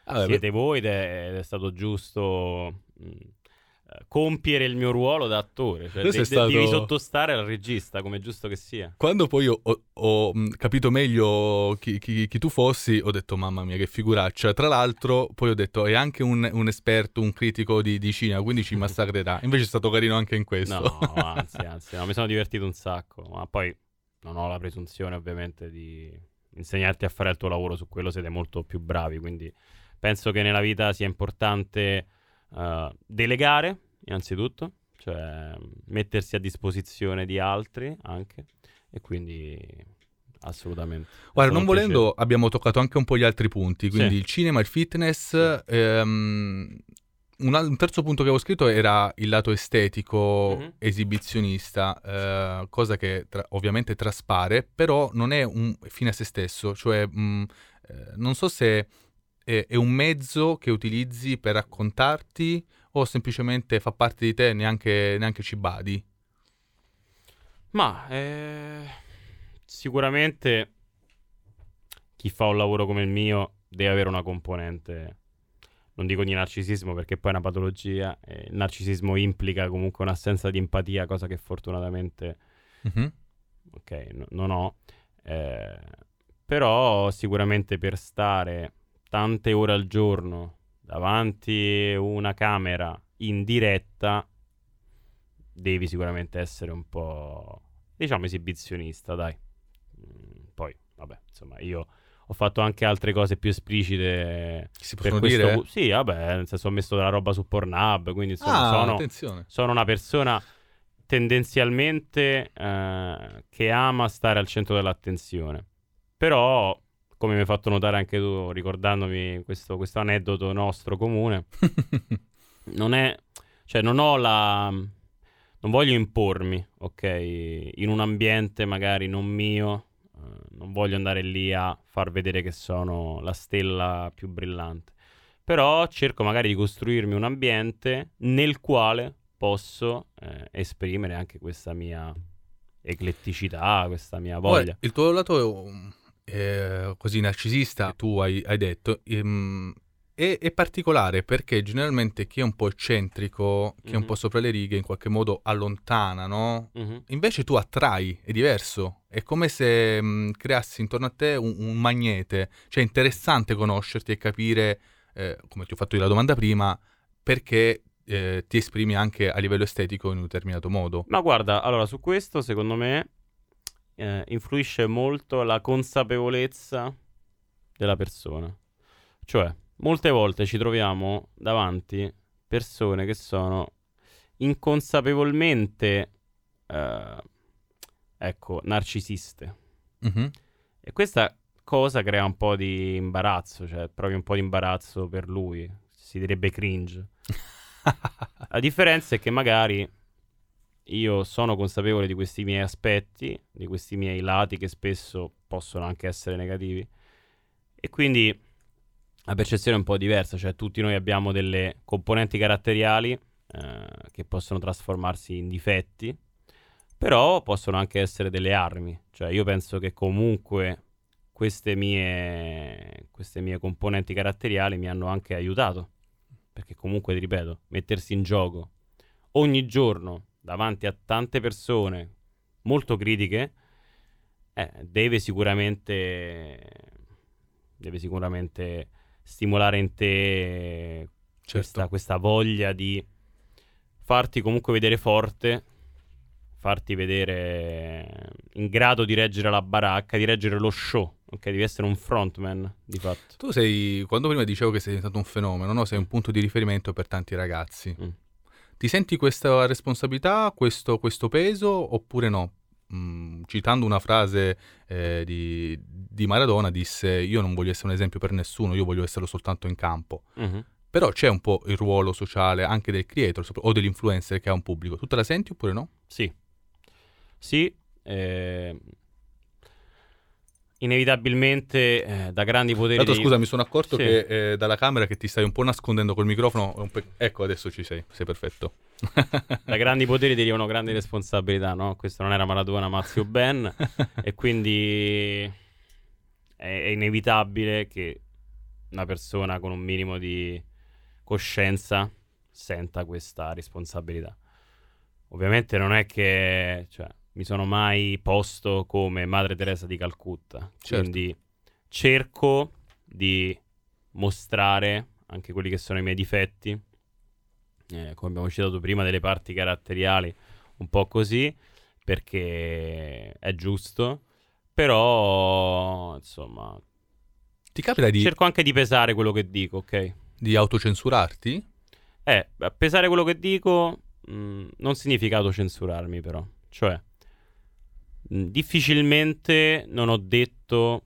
Vabbè, siete voi ed è, ed è stato giusto mh, eh, compiere il mio ruolo da attore, cioè Tu de- sei de- stato- devi sottostare al regista, come è giusto che sia. Quando poi ho, ho- ho, mh, capito meglio chi, chi- chi tu fossi, ho detto mamma mia che figuraccia. Tra l'altro poi ho detto è anche un, un esperto, un critico di, di cinema, quindi ci massacrerà. Invece è stato carino anche in questo. No, anzi, anzi, no, mi sono divertito un sacco, ma poi non ho la presunzione ovviamente di insegnarti a fare il tuo lavoro, su quello siete molto più bravi, quindi penso che nella vita sia importante eh, delegare, innanzitutto, cioè mettersi a disposizione di altri anche, e quindi assolutamente. È Guarda, stato non un volendo piacere. abbiamo toccato anche un po' gli altri punti, quindi Sì. il cinema, il fitness. ehm, un, al- un terzo punto che avevo scritto era il lato estetico, Mhm. esibizionista, eh, cosa che tra- ovviamente traspare, però non è un fine a se stesso, cioè mh, eh, non so se è, è un mezzo che utilizzi per raccontarti o semplicemente fa parte di te e neanche, neanche ci badi. Ma eh, sicuramente chi fa un lavoro come il mio deve avere una componente, non dico di narcisismo perché poi è una patologia, eh, il narcisismo implica comunque un'assenza di empatia, cosa che fortunatamente Mhm. ok, no- non ho, eh, però sicuramente per stare tante ore al giorno davanti a una camera in diretta devi sicuramente essere un po', diciamo, esibizionista, dai. Mm, Poi, vabbè, insomma, io ho fatto anche altre cose più esplicite Che si per possono questo. dire? Sì, vabbè, nel senso ho messo della roba su Pornhub, quindi insomma Ah, sono, attenzione. sono una persona tendenzialmente eh, che ama stare al centro dell'attenzione. Però, come mi hai fatto notare anche tu, ricordandomi questo, questo aneddoto nostro comune, non è, cioè non ho la, non voglio impormi, ok, in un ambiente magari non mio, eh, non voglio andare lì a far vedere che sono la stella più brillante, però cerco magari di costruirmi un ambiente nel quale posso eh, esprimere anche questa mia ecletticità, questa mia Ora, voglia. il tuo lato eh, così narcisista, tu hai, hai detto, ehm, è, è particolare perché generalmente chi è un po' eccentrico, chi è un Mhm. po' sopra le righe, in qualche modo allontana, no? Mhm. Invece tu attrai, è diverso. È come se mh, creassi intorno a te un, un magnete. Cioè è interessante conoscerti e capire, eh, come ti ho fatto io la domanda prima, perché eh, ti esprimi anche a livello estetico in un determinato modo. Ma guarda, allora su questo secondo me eh, influisce molto la consapevolezza della persona. Cioè, molte volte ci troviamo davanti persone che sono inconsapevolmente, eh, ecco, narcisiste. Mhm. E questa cosa crea un po' di imbarazzo, cioè provi un po' di imbarazzo per lui, si direbbe cringe. La differenza è che magari io sono consapevole di questi miei aspetti, di questi miei lati che spesso possono anche essere negativi, e quindi la percezione è un po' diversa, cioè tutti noi abbiamo delle componenti caratteriali eh, che possono trasformarsi in difetti, però possono anche essere delle armi, cioè io penso che comunque queste mie, queste mie componenti caratteriali mi hanno anche aiutato, perché comunque, ti ripeto, mettersi in gioco ogni giorno davanti a tante persone molto critiche eh, deve sicuramente deve sicuramente stimolare in te questa, Certo. questa voglia di farti comunque vedere forte, farti vedere in grado di reggere la baracca, di reggere lo show, ok? Devi essere un frontman, di fatto. Tu sei, quando prima dicevo che sei diventato un fenomeno, no? Sei un punto di riferimento per tanti ragazzi. Mm. Ti senti questa responsabilità, questo, questo peso, oppure no? Mm, citando una frase eh, di, di Maradona, disse: io non voglio essere un esempio per nessuno, io voglio esserlo soltanto in campo. Mhm. Però c'è un po' il ruolo sociale anche del creator sopra- o dell'influencer che ha un pubblico. Tu te la senti oppure no? Sì. Sì, eh, inevitabilmente eh, da grandi poteri Tanto dei- scusa, mi sono accorto Sì. che eh, dalla camera che ti stai un po' nascondendo col microfono. è un pe- Ecco, adesso ci sei, sei perfetto. da grandi poteri derivano grandi responsabilità, no? Questo non era Maradona, ma Zio Ben, e quindi è, è inevitabile che una persona con un minimo di coscienza senta questa responsabilità. Ovviamente non è che, cioè, mi sono mai posto come Madre Teresa di Calcutta, Certo. quindi cerco di mostrare anche quelli che sono i miei difetti, eh, come abbiamo citato prima, delle parti caratteriali, un po' così, perché è giusto, però insomma Ti capita di, cerco anche di pesare quello che dico, ok? di autocensurarti? Eh, pesare quello che dico mh, non significa autocensurarmi, però. Cioè, mh, difficilmente non ho detto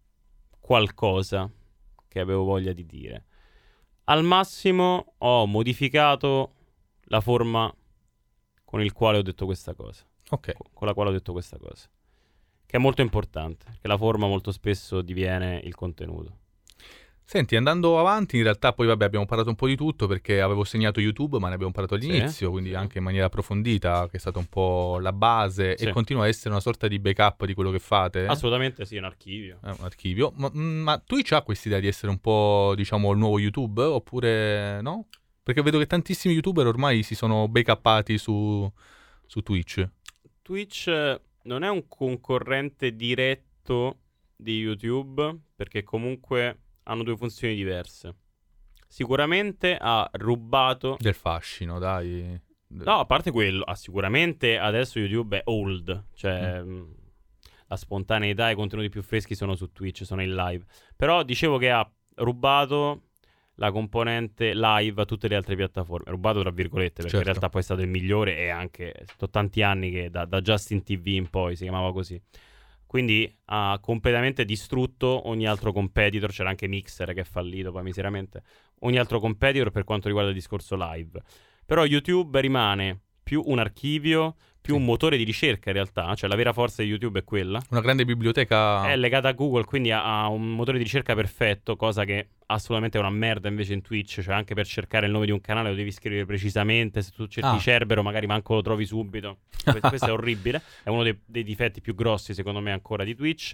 qualcosa che avevo voglia di dire. Al massimo ho modificato la forma con il quale ho detto questa cosa. Ok. co- Con la quale ho detto questa cosa. Che è molto importante, perché la forma molto spesso diviene il contenuto. Senti, andando avanti, in realtà poi vabbè abbiamo parlato un po' di tutto perché avevo segnato YouTube, ma ne abbiamo parlato all'inizio, Sì, quindi sì. anche in maniera approfondita, che è stata un po' la base Sì. e continua a essere una sorta di backup di quello che fate. Assolutamente sì, un archivio. È un archivio. Ma, ma Twitch ha questa idea di essere un po', diciamo, il nuovo YouTube, oppure no? Perché vedo che tantissimi YouTuber ormai si sono backuppati su, su Twitch. Twitch eh, non è un concorrente diretto di YouTube, perché comunque hanno due funzioni diverse. Sicuramente ha rubato... Del fascino, dai. No, a parte quello, ah, sicuramente adesso YouTube è old, cioè mh, la spontaneità e i contenuti più freschi sono su Twitch, sono in live. Però dicevo che ha rubato la componente live a tutte le altre piattaforme. Rubato tra virgolette, perché Certo. in realtà poi è stato il migliore e anche sono tanti anni che da, da Justin T V in poi si chiamava così. Quindi ha completamente distrutto ogni altro competitor. C'era anche Mixer che è fallito poi miseramente. Ogni altro competitor per quanto riguarda il discorso live. Però YouTube rimane più un archivio, più Sì. un motore di ricerca in realtà. Cioè la vera forza di YouTube è quella. Una grande biblioteca. È legata a Google, quindi ha, ha un motore di ricerca perfetto, cosa che assolutamente è una merda invece in Twitch. Cioè anche per cercare il nome di un canale lo devi scrivere precisamente. Se tu cerchi Ah. Cerbero magari manco lo trovi subito. Questo, questo è orribile. È uno dei, dei difetti più grossi secondo me ancora di Twitch.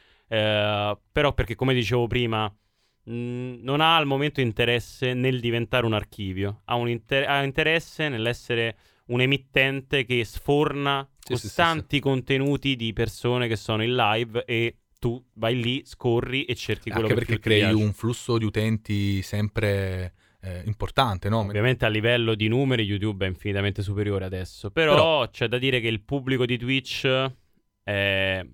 Eh, però perché come dicevo prima mh, non ha al momento interesse nel diventare un archivio. Ha, un inter- ha interesse nell'essere un emittente che sforna Sì, sì, sì, costanti contenuti di persone che sono in live e tu vai lì, scorri e cerchi quello Anche che perché più ti crei piace. un flusso di utenti sempre eh, importante, no? Ovviamente a livello di numeri YouTube è infinitamente superiore adesso, però, Però- c'è da dire che il pubblico di Twitch è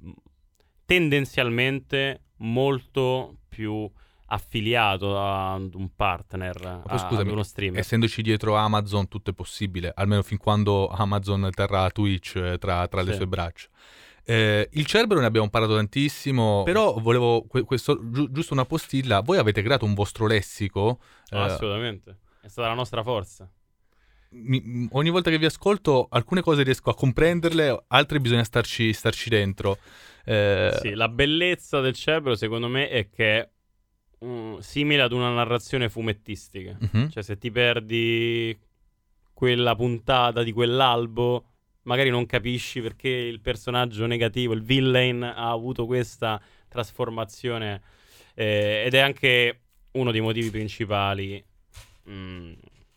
tendenzialmente molto più affiliato ad un partner, Ma a, poi scusami, ad uno streamer. essendoci dietro Amazon tutto è possibile, almeno fin quando Amazon terrà Twitch eh, tra, tra le Sì. sue braccia. Eh, il Cerbero ne abbiamo parlato tantissimo, però volevo que- questo, giu- giusto una postilla. Voi avete creato un vostro lessico. eh, Assolutamente, è stata la nostra forza. mi- m- ogni volta che vi ascolto, alcune cose riesco a comprenderle, altre bisogna starci, starci dentro. Eh, Sì, la bellezza del Cerbero secondo me è che è mm, simile ad una narrazione fumettistica. mhm. Cioè se ti perdi quella puntata di quell'albo, magari non capisci perché il personaggio negativo, il villain, ha avuto questa trasformazione eh, ed è anche uno dei motivi principali mm,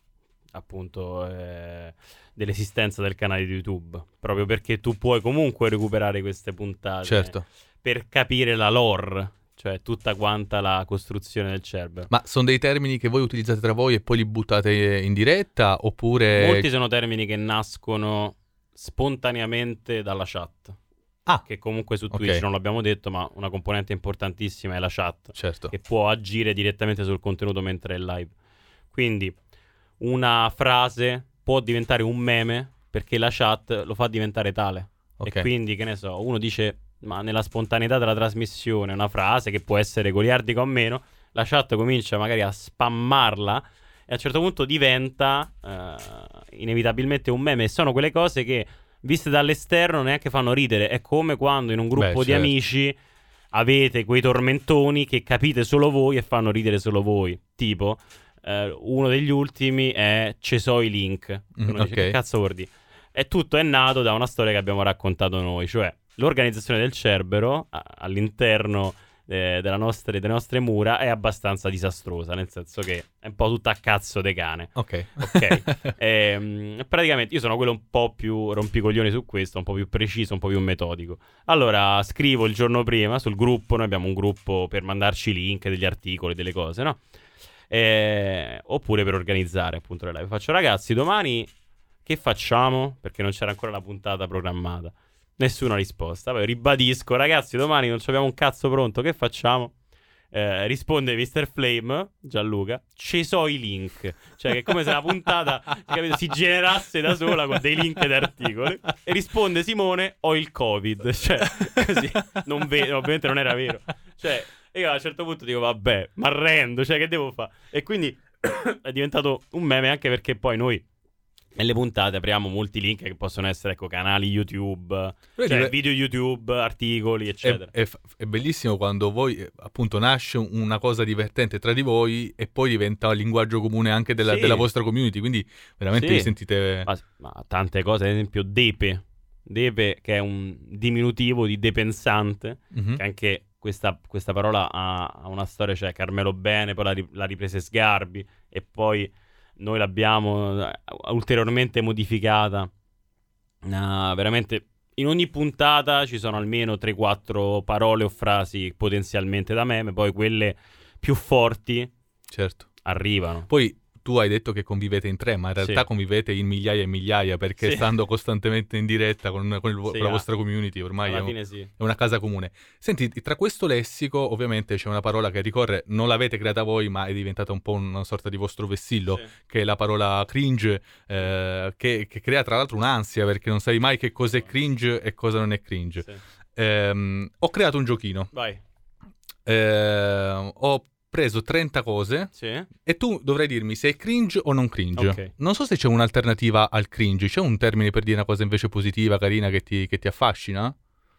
appunto eh, dell'esistenza del canale di YouTube, proprio perché tu puoi comunque recuperare queste puntate Certo. per capire la lore, cioè tutta quanta la costruzione del Cerbero. Ma sono dei termini che voi utilizzate tra voi e poi li buttate in diretta, oppure... Molti sono termini che nascono spontaneamente dalla chat, Ah, che comunque su Twitch ok. non l'abbiamo detto, ma una componente importantissima è la chat, certo. che può agire direttamente sul contenuto mentre è live. Quindi una frase può diventare un meme perché la chat lo fa diventare tale. Ok. E quindi, che ne so, uno dice, ma nella spontaneità della trasmissione, una frase che può essere goliardica o meno, la chat comincia magari a spammarla e a un certo punto diventa eh, inevitabilmente un meme. E sono quelle cose che, viste dall'esterno, neanche fanno ridere. È come quando in un gruppo Beh, di certo. amici avete quei tormentoni che capite solo voi e fanno ridere solo voi. Tipo, eh, uno degli ultimi è "ce so i link". Mm, Uno dice, ok. che cazzo vuol dire? E tutto è nato da una storia che abbiamo raccontato noi, cioè l'organizzazione del Cerbero a- all'interno eh, della nostre, delle nostre mura è abbastanza disastrosa, nel senso che è un po' tutta a cazzo de cane. Ok. Ok. Ehm, praticamente io sono quello un po' più rompicoglioni su questo, un po' più preciso, un po' più metodico. Allora scrivo il giorno prima sul gruppo, noi abbiamo un gruppo per mandarci link degli articoli, delle cose, no? Eh, oppure per organizzare appunto le live. Faccio, ragazzi, domani che facciamo? Perché non c'era ancora la puntata programmata. Nessuna risposta. Poi ribadisco, ragazzi, domani non abbiamo un cazzo pronto, che facciamo? Eh, risponde mister Flame, Gianluca, ci so i link. Cioè che è come se la puntata capito, si generasse da sola con dei link ed articoli. E risponde Simone, ho il Covid. Cioè, così, non vedo, ovviamente non era vero. Cioè, io a un certo punto dico, vabbè, mi arrendo, cioè che devo fare? E quindi è diventato un meme, anche perché poi noi nelle puntate apriamo molti link che possono essere, ecco, canali YouTube, Vedi, cioè beh, video YouTube, articoli, È, eccetera. è f- è bellissimo quando voi, eh, appunto, nasce un- una cosa divertente tra di voi e poi diventa un linguaggio comune anche della, Sì. della vostra community, quindi veramente Sì. vi sentite... Ma, ma tante cose, ad esempio Depe, Depe che è un diminutivo di depensante, Mhm. che anche questa, questa parola ha, ha una storia, cioè Carmelo Bene, poi l'ha, ri- l'ha ripresa Sgarbi e poi noi l'abbiamo eh, ulteriormente modificata. Ah, veramente in ogni puntata ci sono almeno tre quattro parole o frasi potenzialmente da meme, poi quelle più forti Certo. arrivano. Poi tu hai detto che convivete in tre, ma in realtà Sì. convivete in migliaia e migliaia, perché Sì. stando costantemente in diretta con, con il vo- Sì, con la ah. vostra community, ormai è, Alla un- fine sì. è una casa comune. Senti, tra questo lessico ovviamente c'è una parola che ricorre, non l'avete creata voi, ma è diventata un po' una sorta di vostro vessillo, Sì. che è la parola cringe, eh, che, che crea tra l'altro un'ansia, perché non sai mai che cosa è cringe e cosa non è cringe. Sì. Ehm, ho creato un giochino, Vai. Eh, ho preso trenta cose Sì. e tu dovrai dirmi se è cringe o non cringe. Ok. Non so se c'è un'alternativa al cringe, c'è un termine per dire una cosa invece positiva, carina, che ti, che ti affascina?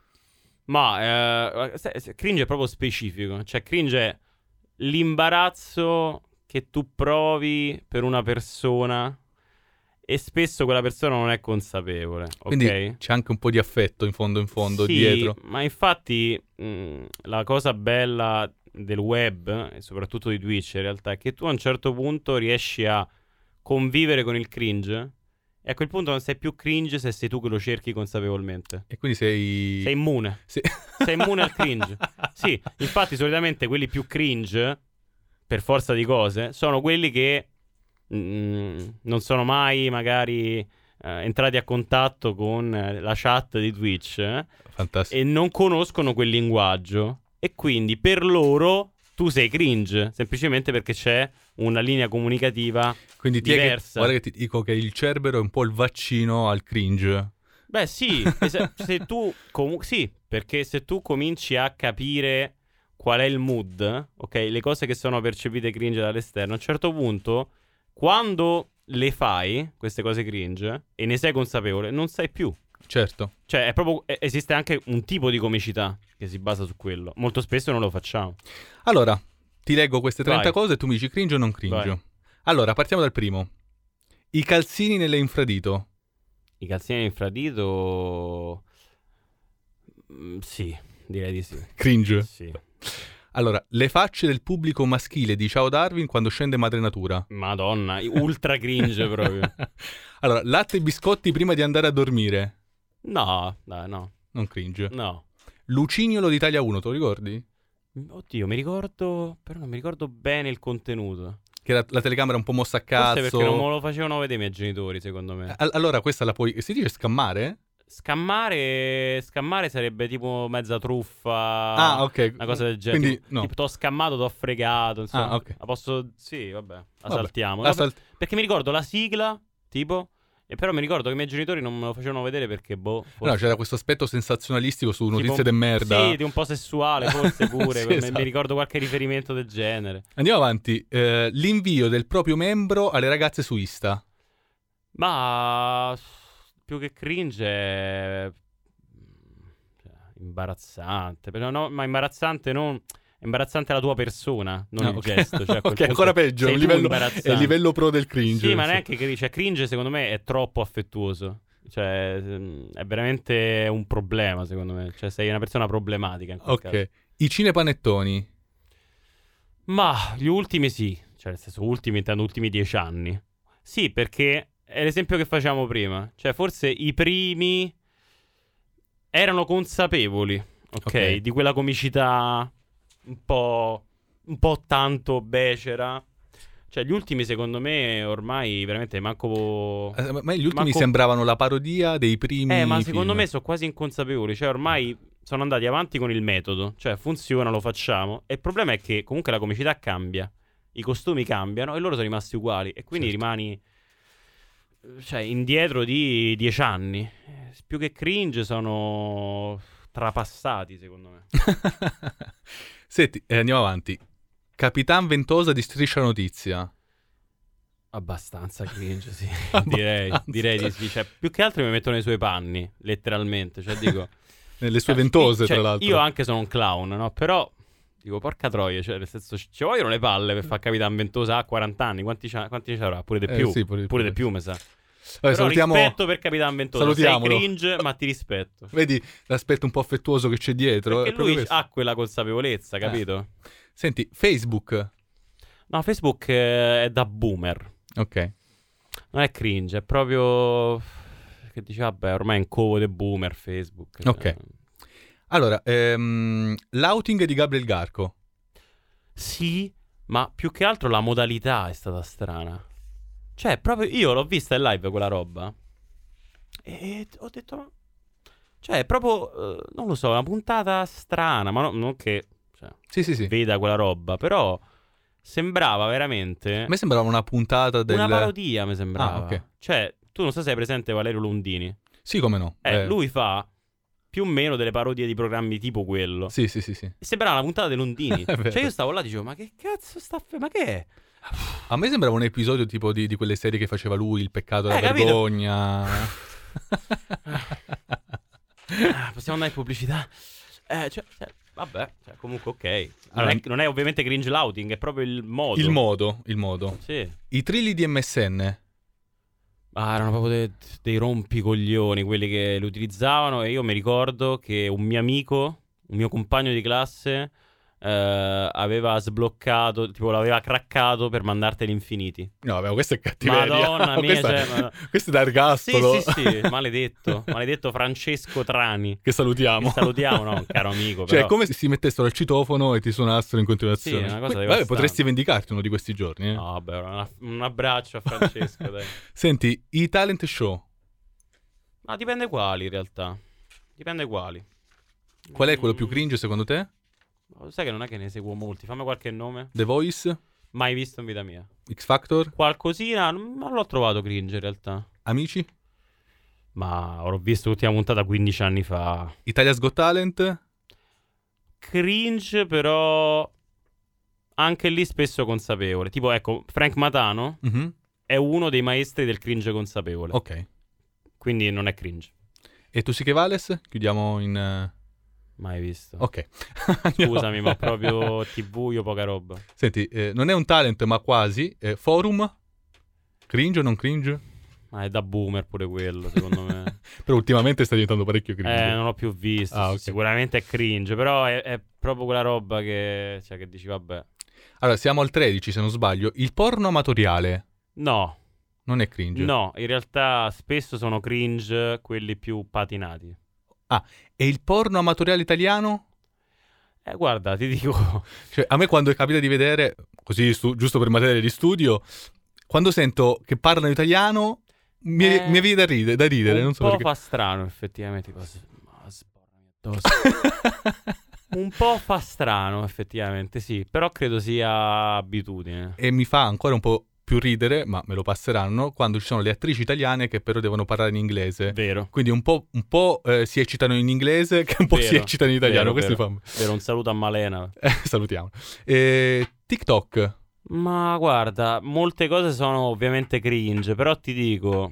Ma eh, se- se- cringe è proprio specifico. Cioè, cringe è l'imbarazzo che tu provi per una persona e spesso quella persona non è consapevole. Quindi Ok? c'è anche un po' di affetto in fondo in fondo Sì, dietro. ma infatti mh, la cosa bella del web e soprattutto di Twitch in realtà è che tu a un certo punto riesci a convivere con il cringe e a quel punto non sei più cringe se sei tu che lo cerchi consapevolmente. E quindi sei... Sei immune. sei... Sei immune al cringe. Sì, infatti solitamente quelli più cringe, per forza di cose, sono quelli che mm, non sono mai magari eh, entrati a contatto con eh, la chat di Twitch eh, Fantastico. e non conoscono quel linguaggio e quindi per loro tu sei cringe, semplicemente perché c'è una linea comunicativa Quindi ti è che... diversa. Guarda che ti dico che il Cerbero è un po' il vaccino al cringe. Beh, sì, e se, se tu comu- sì, perché se tu cominci a capire qual è il mood, ok, le cose che sono percepite cringe dall'esterno, a un certo punto, quando le fai, queste cose cringe, e ne sei consapevole, non sai più. Certo. Cioè, è proprio, è- esiste anche un tipo di comicità che si basa su quello. Molto spesso non lo facciamo. Allora, ti leggo queste trenta Vai. cose e tu mi dici cringe o non cringe. Vai. Allora, partiamo dal primo. I calzini nelle infradito. I calzini infradito... Mm, sì, direi di sì. Cringe. Sì. Allora, le facce del pubblico maschile di Ciao Darwin quando scende Madre Natura. Madonna, ultra cringe proprio. Allora, latte e biscotti prima di andare a dormire. No, dai, no, Non cringe. no. Lucignolo d'Italia uno, te lo ricordi? Oddio, mi ricordo, però non mi ricordo bene il contenuto. Che la, la telecamera è un po' mossa a Forse cazzo. perché non me lo facevano vedere i miei genitori, secondo me. Al- allora, questa la puoi... Si dice scammare? Scammare, scammare sarebbe tipo mezza truffa. Ah, ok. Una cosa del genere. Quindi, tipo, no. tipo t'ho scammato, t'ho fregato. Insomma, Ah, ok. La posso. Sì, vabbè. La Vabbè, saltiamo. la No, sal- Perché mi ricordo la sigla, tipo. E però mi ricordo che i miei genitori non me lo facevano vedere perché, boh. Forse... No, c'era questo aspetto sensazionalistico su tipo notizie un- de merda. Sì, di un po' sessuale, forse pure. Sì, mi, esatto. mi ricordo qualche riferimento del genere. Andiamo avanti. Eh, l'invio del proprio membro alle ragazze su Insta. Ma più che cringe è cioè, imbarazzante. Però no, ma imbarazzante non. È imbarazzante la tua persona, non No, il ok. gesto. Cioè, a quel Ok, punto ancora peggio. sei È il tu livello, imbarazzante. è il livello pro del cringe. Sì, ma neanche cringe. Cioè, cringe secondo me è troppo affettuoso. Cioè, mm, è veramente un problema, secondo me. Cioè, sei una persona problematica in quel caso. Ok. I cinepanettoni. Ma gli ultimi sì, cioè nel senso ultimi intendo ultimi dieci anni. Sì, perché è l'esempio che facevamo prima. Cioè forse i primi erano consapevoli, ok? Ok. Di quella comicità un po', un po' tanto becera. Cioè gli ultimi secondo me ormai veramente manco... Eh, ma gli ultimi manco- sembravano la parodia dei primi Eh, ma secondo film. me sono quasi inconsapevoli. Cioè ormai sono andati avanti con il metodo. Cioè funziona, lo facciamo. E il problema è che comunque la comicità cambia. I costumi cambiano e loro sono rimasti uguali. E quindi Certo. rimani... Cioè indietro di dieci anni. Eh, Più che cringe sono trapassati secondo me. Senti, eh, andiamo avanti. Capitan Ventosa di Striscia la Notizia. Abbastanza cringe, sì. Abbastanza. direi, direi di sì. Cioè, più che altro mi metto nei suoi panni, letteralmente. Cioè, dico... Nelle sue cioè, ventose, cioè, tra l'altro. Io anche sono un clown, no? Però, dico, porca troia, cioè, nel senso, ci vogliono le palle per fare Capitan Ventosa a quaranta anni. Quanti, c'ha- quanti ce avrà? Pure di Eh, più. sì, pure- pure di pure. più, mi sa. Vabbè, Però salutiamo... rispetto per Capitan Ventosa. Sei Salutiamolo. cringe, ma ti rispetto. Vedi l'aspetto un po' affettuoso che c'è dietro? Perché È proprio lui questo. ha quella consapevolezza, capito? Senti, Facebook. No, Facebook eh, è da boomer. Ok. Non è cringe, è proprio... Che dice, vabbè, ormai è un covo de boomer Facebook. cioè. Ok. Allora, ehm, l'outing di Gabriel Garco. Sì, ma più che altro la modalità è stata strana. Cioè, proprio io l'ho vista in live quella roba e ho detto, ma... Cioè, è proprio, eh, non lo so, una puntata strana, ma no- non che cioè, Sì, sì, sì. veda quella roba, però sembrava A veramente me sembrava una puntata del... una parodia, mi sembrava. Ah, ok. Cioè, tu non so se hai presente Valerio Lundini. Sì, come no. Eh, Eh, lui fa più o meno delle parodie di programmi tipo quello. Sì, sì, sì, sì. E sembrava una puntata dei Lundini. È vero. Cioè, io stavo là e dicevo, ma che cazzo sta... fe- Ma che è? A me sembrava un episodio tipo di, di quelle serie che faceva lui, Il peccato e la Eh, capito? vergogna. Ah, possiamo andare in pubblicità? Eh, cioè, cioè, vabbè, cioè, comunque ok. Non, Allora- è, non è ovviamente cringe l'outing, è proprio il modo. Il modo, il modo. Sì. I trilli di M S N. Ah, erano proprio de- dei rompicoglioni quelli che li utilizzavano. E io mi ricordo che un mio amico, un mio compagno di classe, eh, aveva sbloccato, tipo l'aveva craccato per mandarteli infiniti. No, vabbè, questo è cattiveria. Madonna mia, Questa- cioè, ma- questo è da Sì, ergastolo. sì, sì, maledetto. Maledetto Francesco Trani. Che salutiamo. Che salutiamo, no? Un caro amico. Cioè, però... è come se si mettessero al citofono e ti suonassero in continuazione. Sì, è una cosa Que- Vabbè, devastante. potresti vendicarti uno di questi giorni. Eh? No, vabbè, una- un abbraccio a Francesco, dai. Senti, i talent show. Ma dipende quali, in realtà. Dipende quali. Qual è quello più Mm, cringe secondo te? Sai che non è che ne seguo molti. Fammi qualche nome. The Voice? Mai visto in vita mia. X Factor? Qualcosina, n- non l'ho trovato cringe, in realtà. Amici? Ma l'ho visto l'ultima puntata quindici anni fa. Italia's Got Talent? Cringe, però... Anche lì spesso consapevole. Tipo, ecco, Frank Matano Mhm. è uno dei maestri del cringe consapevole. Ok. Quindi non è cringe. E tu sì che Vales? Chiudiamo in... eh, Mai visto. Ok. Andiamo Scusami, ma avanti. proprio tivù io poca roba. Senti, eh, non è un talent ma quasi. Eh, forum? Cringe o non cringe? Ma è da boomer pure quello, secondo me. Però ultimamente sta diventando parecchio cringe. Eh, non l'ho più visto. Ah, sì, ok. Sicuramente è cringe, però è, è proprio quella roba che, cioè, che dici, vabbè. Allora, siamo al tredici se non sbaglio. Il porno amatoriale No, non è cringe. no, in realtà spesso sono cringe quelli più patinati. E il porno amatoriale italiano? Eh, guarda, ti dico... Cioè, a me quando capita di vedere, così stu- giusto per materia di studio, quando sento che parlano italiano, mi, Eh, mi viene da ridere, da ridere, un non so po' perché. fa strano, effettivamente. Tipo, s- ma sborrami addosso. Un po' fa strano, effettivamente, sì. Però credo sia abitudine. E mi fa ancora un po' più ridere, ma me lo passeranno, quando ci sono le attrici italiane che però devono parlare in inglese. Vero. Quindi un po', un po' eh, si eccitano in inglese, che un po' si Vero, eccitano in italiano. vero, Questo vero. fa... Vero, un saluto a Malena. Eh, salutiamo. E TikTok. Ma guarda, molte cose sono ovviamente cringe, però ti dico,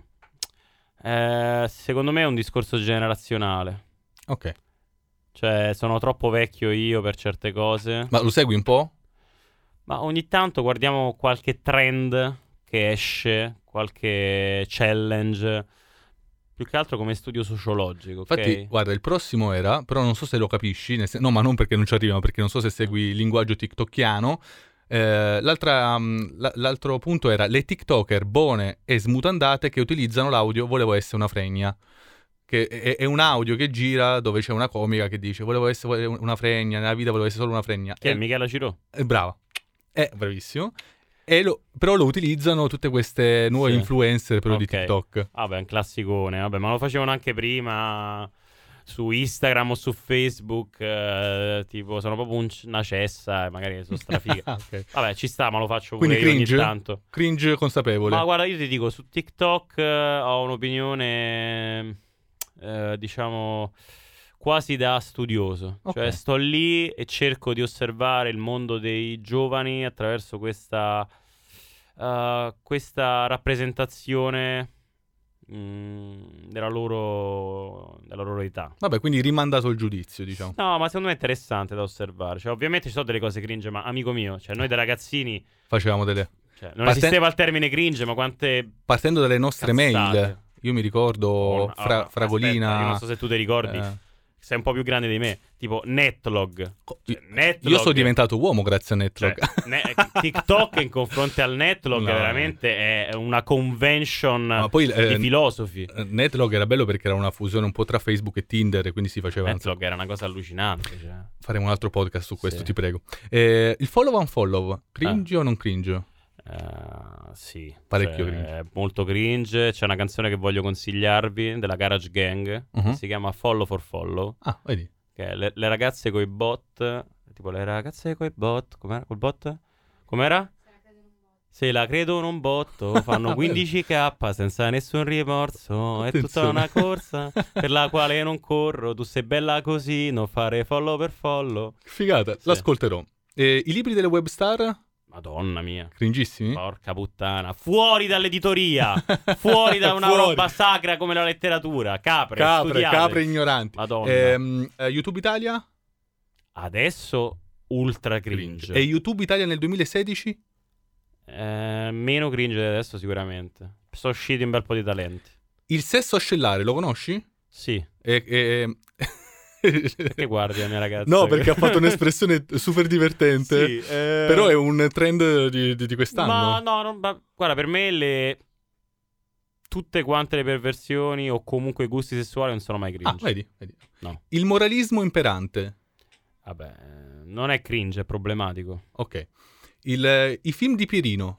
eh, secondo me è un discorso generazionale. Ok. Cioè, sono troppo vecchio io per certe cose, Ma lo segui un po'? ma ogni tanto guardiamo qualche trend che esce, qualche challenge. più che altro come studio sociologico, ok? Infatti, guarda, il prossimo era, però non so se lo capisci, nel sen- no, ma non perché non ci arriva, ma perché non so se segui il linguaggio tiktocchiano. Eh, l'altra, mh, l- l'altro punto era le tiktoker buone e smutandate che utilizzano l'audio volevo essere una fregna. Che è, è un audio che gira dove c'è una comica che dice volevo essere una fregna, nella vita volevo essere solo una fregna. Che è E- Michela Ciro? è brava, è bravissimo. E lo- però lo utilizzano tutte queste nuove Sì. influencer però di Ok. TikTok. Vabbè, è un classicone, vabbè, ma lo facevano anche prima su Instagram o su Facebook, eh, tipo sono proprio un- una cessa e magari sono strafighe. Ah, ok. Vabbè, ci sta, ma lo faccio Quindi pure io ogni cringe? tanto. Cringe consapevole. Ma guarda, io ti dico, su TikTok eh, ho un'opinione, eh, diciamo, quasi da studioso. Ok. Cioè, sto lì e cerco di osservare il mondo dei giovani attraverso questa, eh, questa rappresentazione mm, della loro, della loro età. Vabbè, quindi rimandato il giudizio, diciamo. No, ma secondo me è interessante da osservare. Cioè, ovviamente ci sono delle cose cringe, ma amico mio, cioè noi da ragazzini, Facevamo delle... cioè, non Parten- esisteva il termine cringe, ma quante Partendo dalle nostre cazzate. mail, io mi ricordo Oh, no, fra- allora, Fragolina... aspetta, io non so se tu ti ricordi, eh, sei un po' più grande di me, tipo Netlog. co- Cioè, io Netlog- sono diventato uomo grazie a cioè, Netlog. ne- TikTok in confronto al Netlog No. veramente è una convention Ma poi eh, di filosofi. eh, Netlog era bello perché era una fusione un po' tra Facebook e Tinder, quindi si faceva... Netlog era una cosa allucinante. Cioè. Faremo un altro podcast su questo, Sì. ti prego. Eh, il follow unfollow, cringe o non cringe? Eh, sì, Parecchio cioè, cringe. è molto cringe. C'è una canzone che voglio consigliarvi della Garage Gang, Mhm. che si chiama Follow for Follow, Ah, vedi. che è le, le ragazze coi bot, tipo le ragazze coi bot, com'era col bot? Com'era? Se la credono un botto, fanno quindici k senza nessun rimorso. È tutta Attenzione. una corsa per la quale non corro. Tu sei bella così, non fare follow per follow. Figata, Sì. l'ascolterò. Eh, I libri delle webstar? Madonna mia. Cringissimi? Porca puttana, fuori dall'editoria, fuori da una Fuori. roba sacra come la letteratura. Capre, Capre, studiate. capre ignoranti. Madonna. Ehm, eh, YouTube Italia? Adesso ultra cringe. E YouTube Italia nel duemilasedici? Eh, meno cringe di adesso sicuramente. Sono usciti un bel po' di talenti. Il sesso ascellare, lo conosci? Sì, E, e... perché guardi la mia ragazza? No, perché ha fatto un'espressione super divertente. Sì, eh, Però è un trend di, di- di quest'anno. Ma no, non- ma guarda, per me le... tutte quante le perversioni o comunque i gusti sessuali non sono mai Ah, cringe. vedi, vedi. No. Il moralismo imperante. Vabbè, eh, non è cringe, è problematico. Ok. Il, eh, I film di Pierino.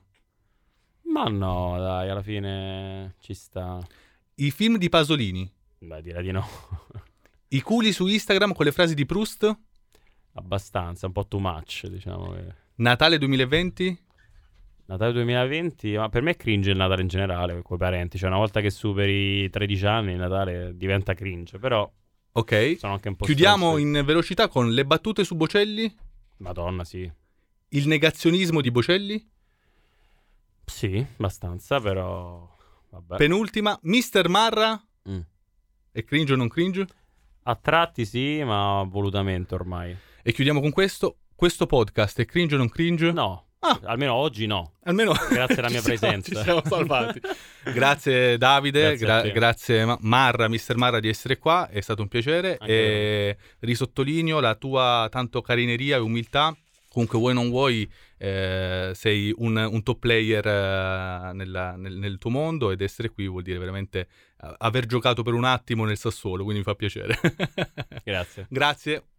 Ma no, dai, alla fine ci sta. I film di Pasolini. Beh, direi di no. I culi su Instagram con le frasi di Proust. Abbastanza, un po' too much, diciamo. Che... Natale duemilaventi. Natale duemilaventi, ma per me è cringe il Natale in generale, con i parenti. Cioè, una volta che superi i tredici anni, il Natale diventa cringe. Però Ok. sono anche un po' Chiudiamo stronzi. in velocità con le battute su Bocelli. Madonna, sì. Il negazionismo di Bocelli. Sì, abbastanza, però... Vabbè. Penultima, mister Marra. Mm. È cringe o non cringe? A tratti sì, ma volutamente ormai. E chiudiamo con questo. Questo podcast è cringe o non cringe? No, Ah. almeno oggi no. Almeno Grazie alla mia ci siamo- presenza. Ci siamo salvati. Grazie Davide, Grazie a gra- te. grazie Ma- Marra, mister Marra di essere qua, è stato un piacere. Anche E risottolineo la tua tanto carineria e umiltà. Comunque vuoi non vuoi, eh, sei un, un top player eh, nella- nel, nel tuo mondo, ed essere qui vuol dire veramente eh, aver giocato per un attimo nel Sassuolo, quindi mi fa piacere. Grazie. Grazie.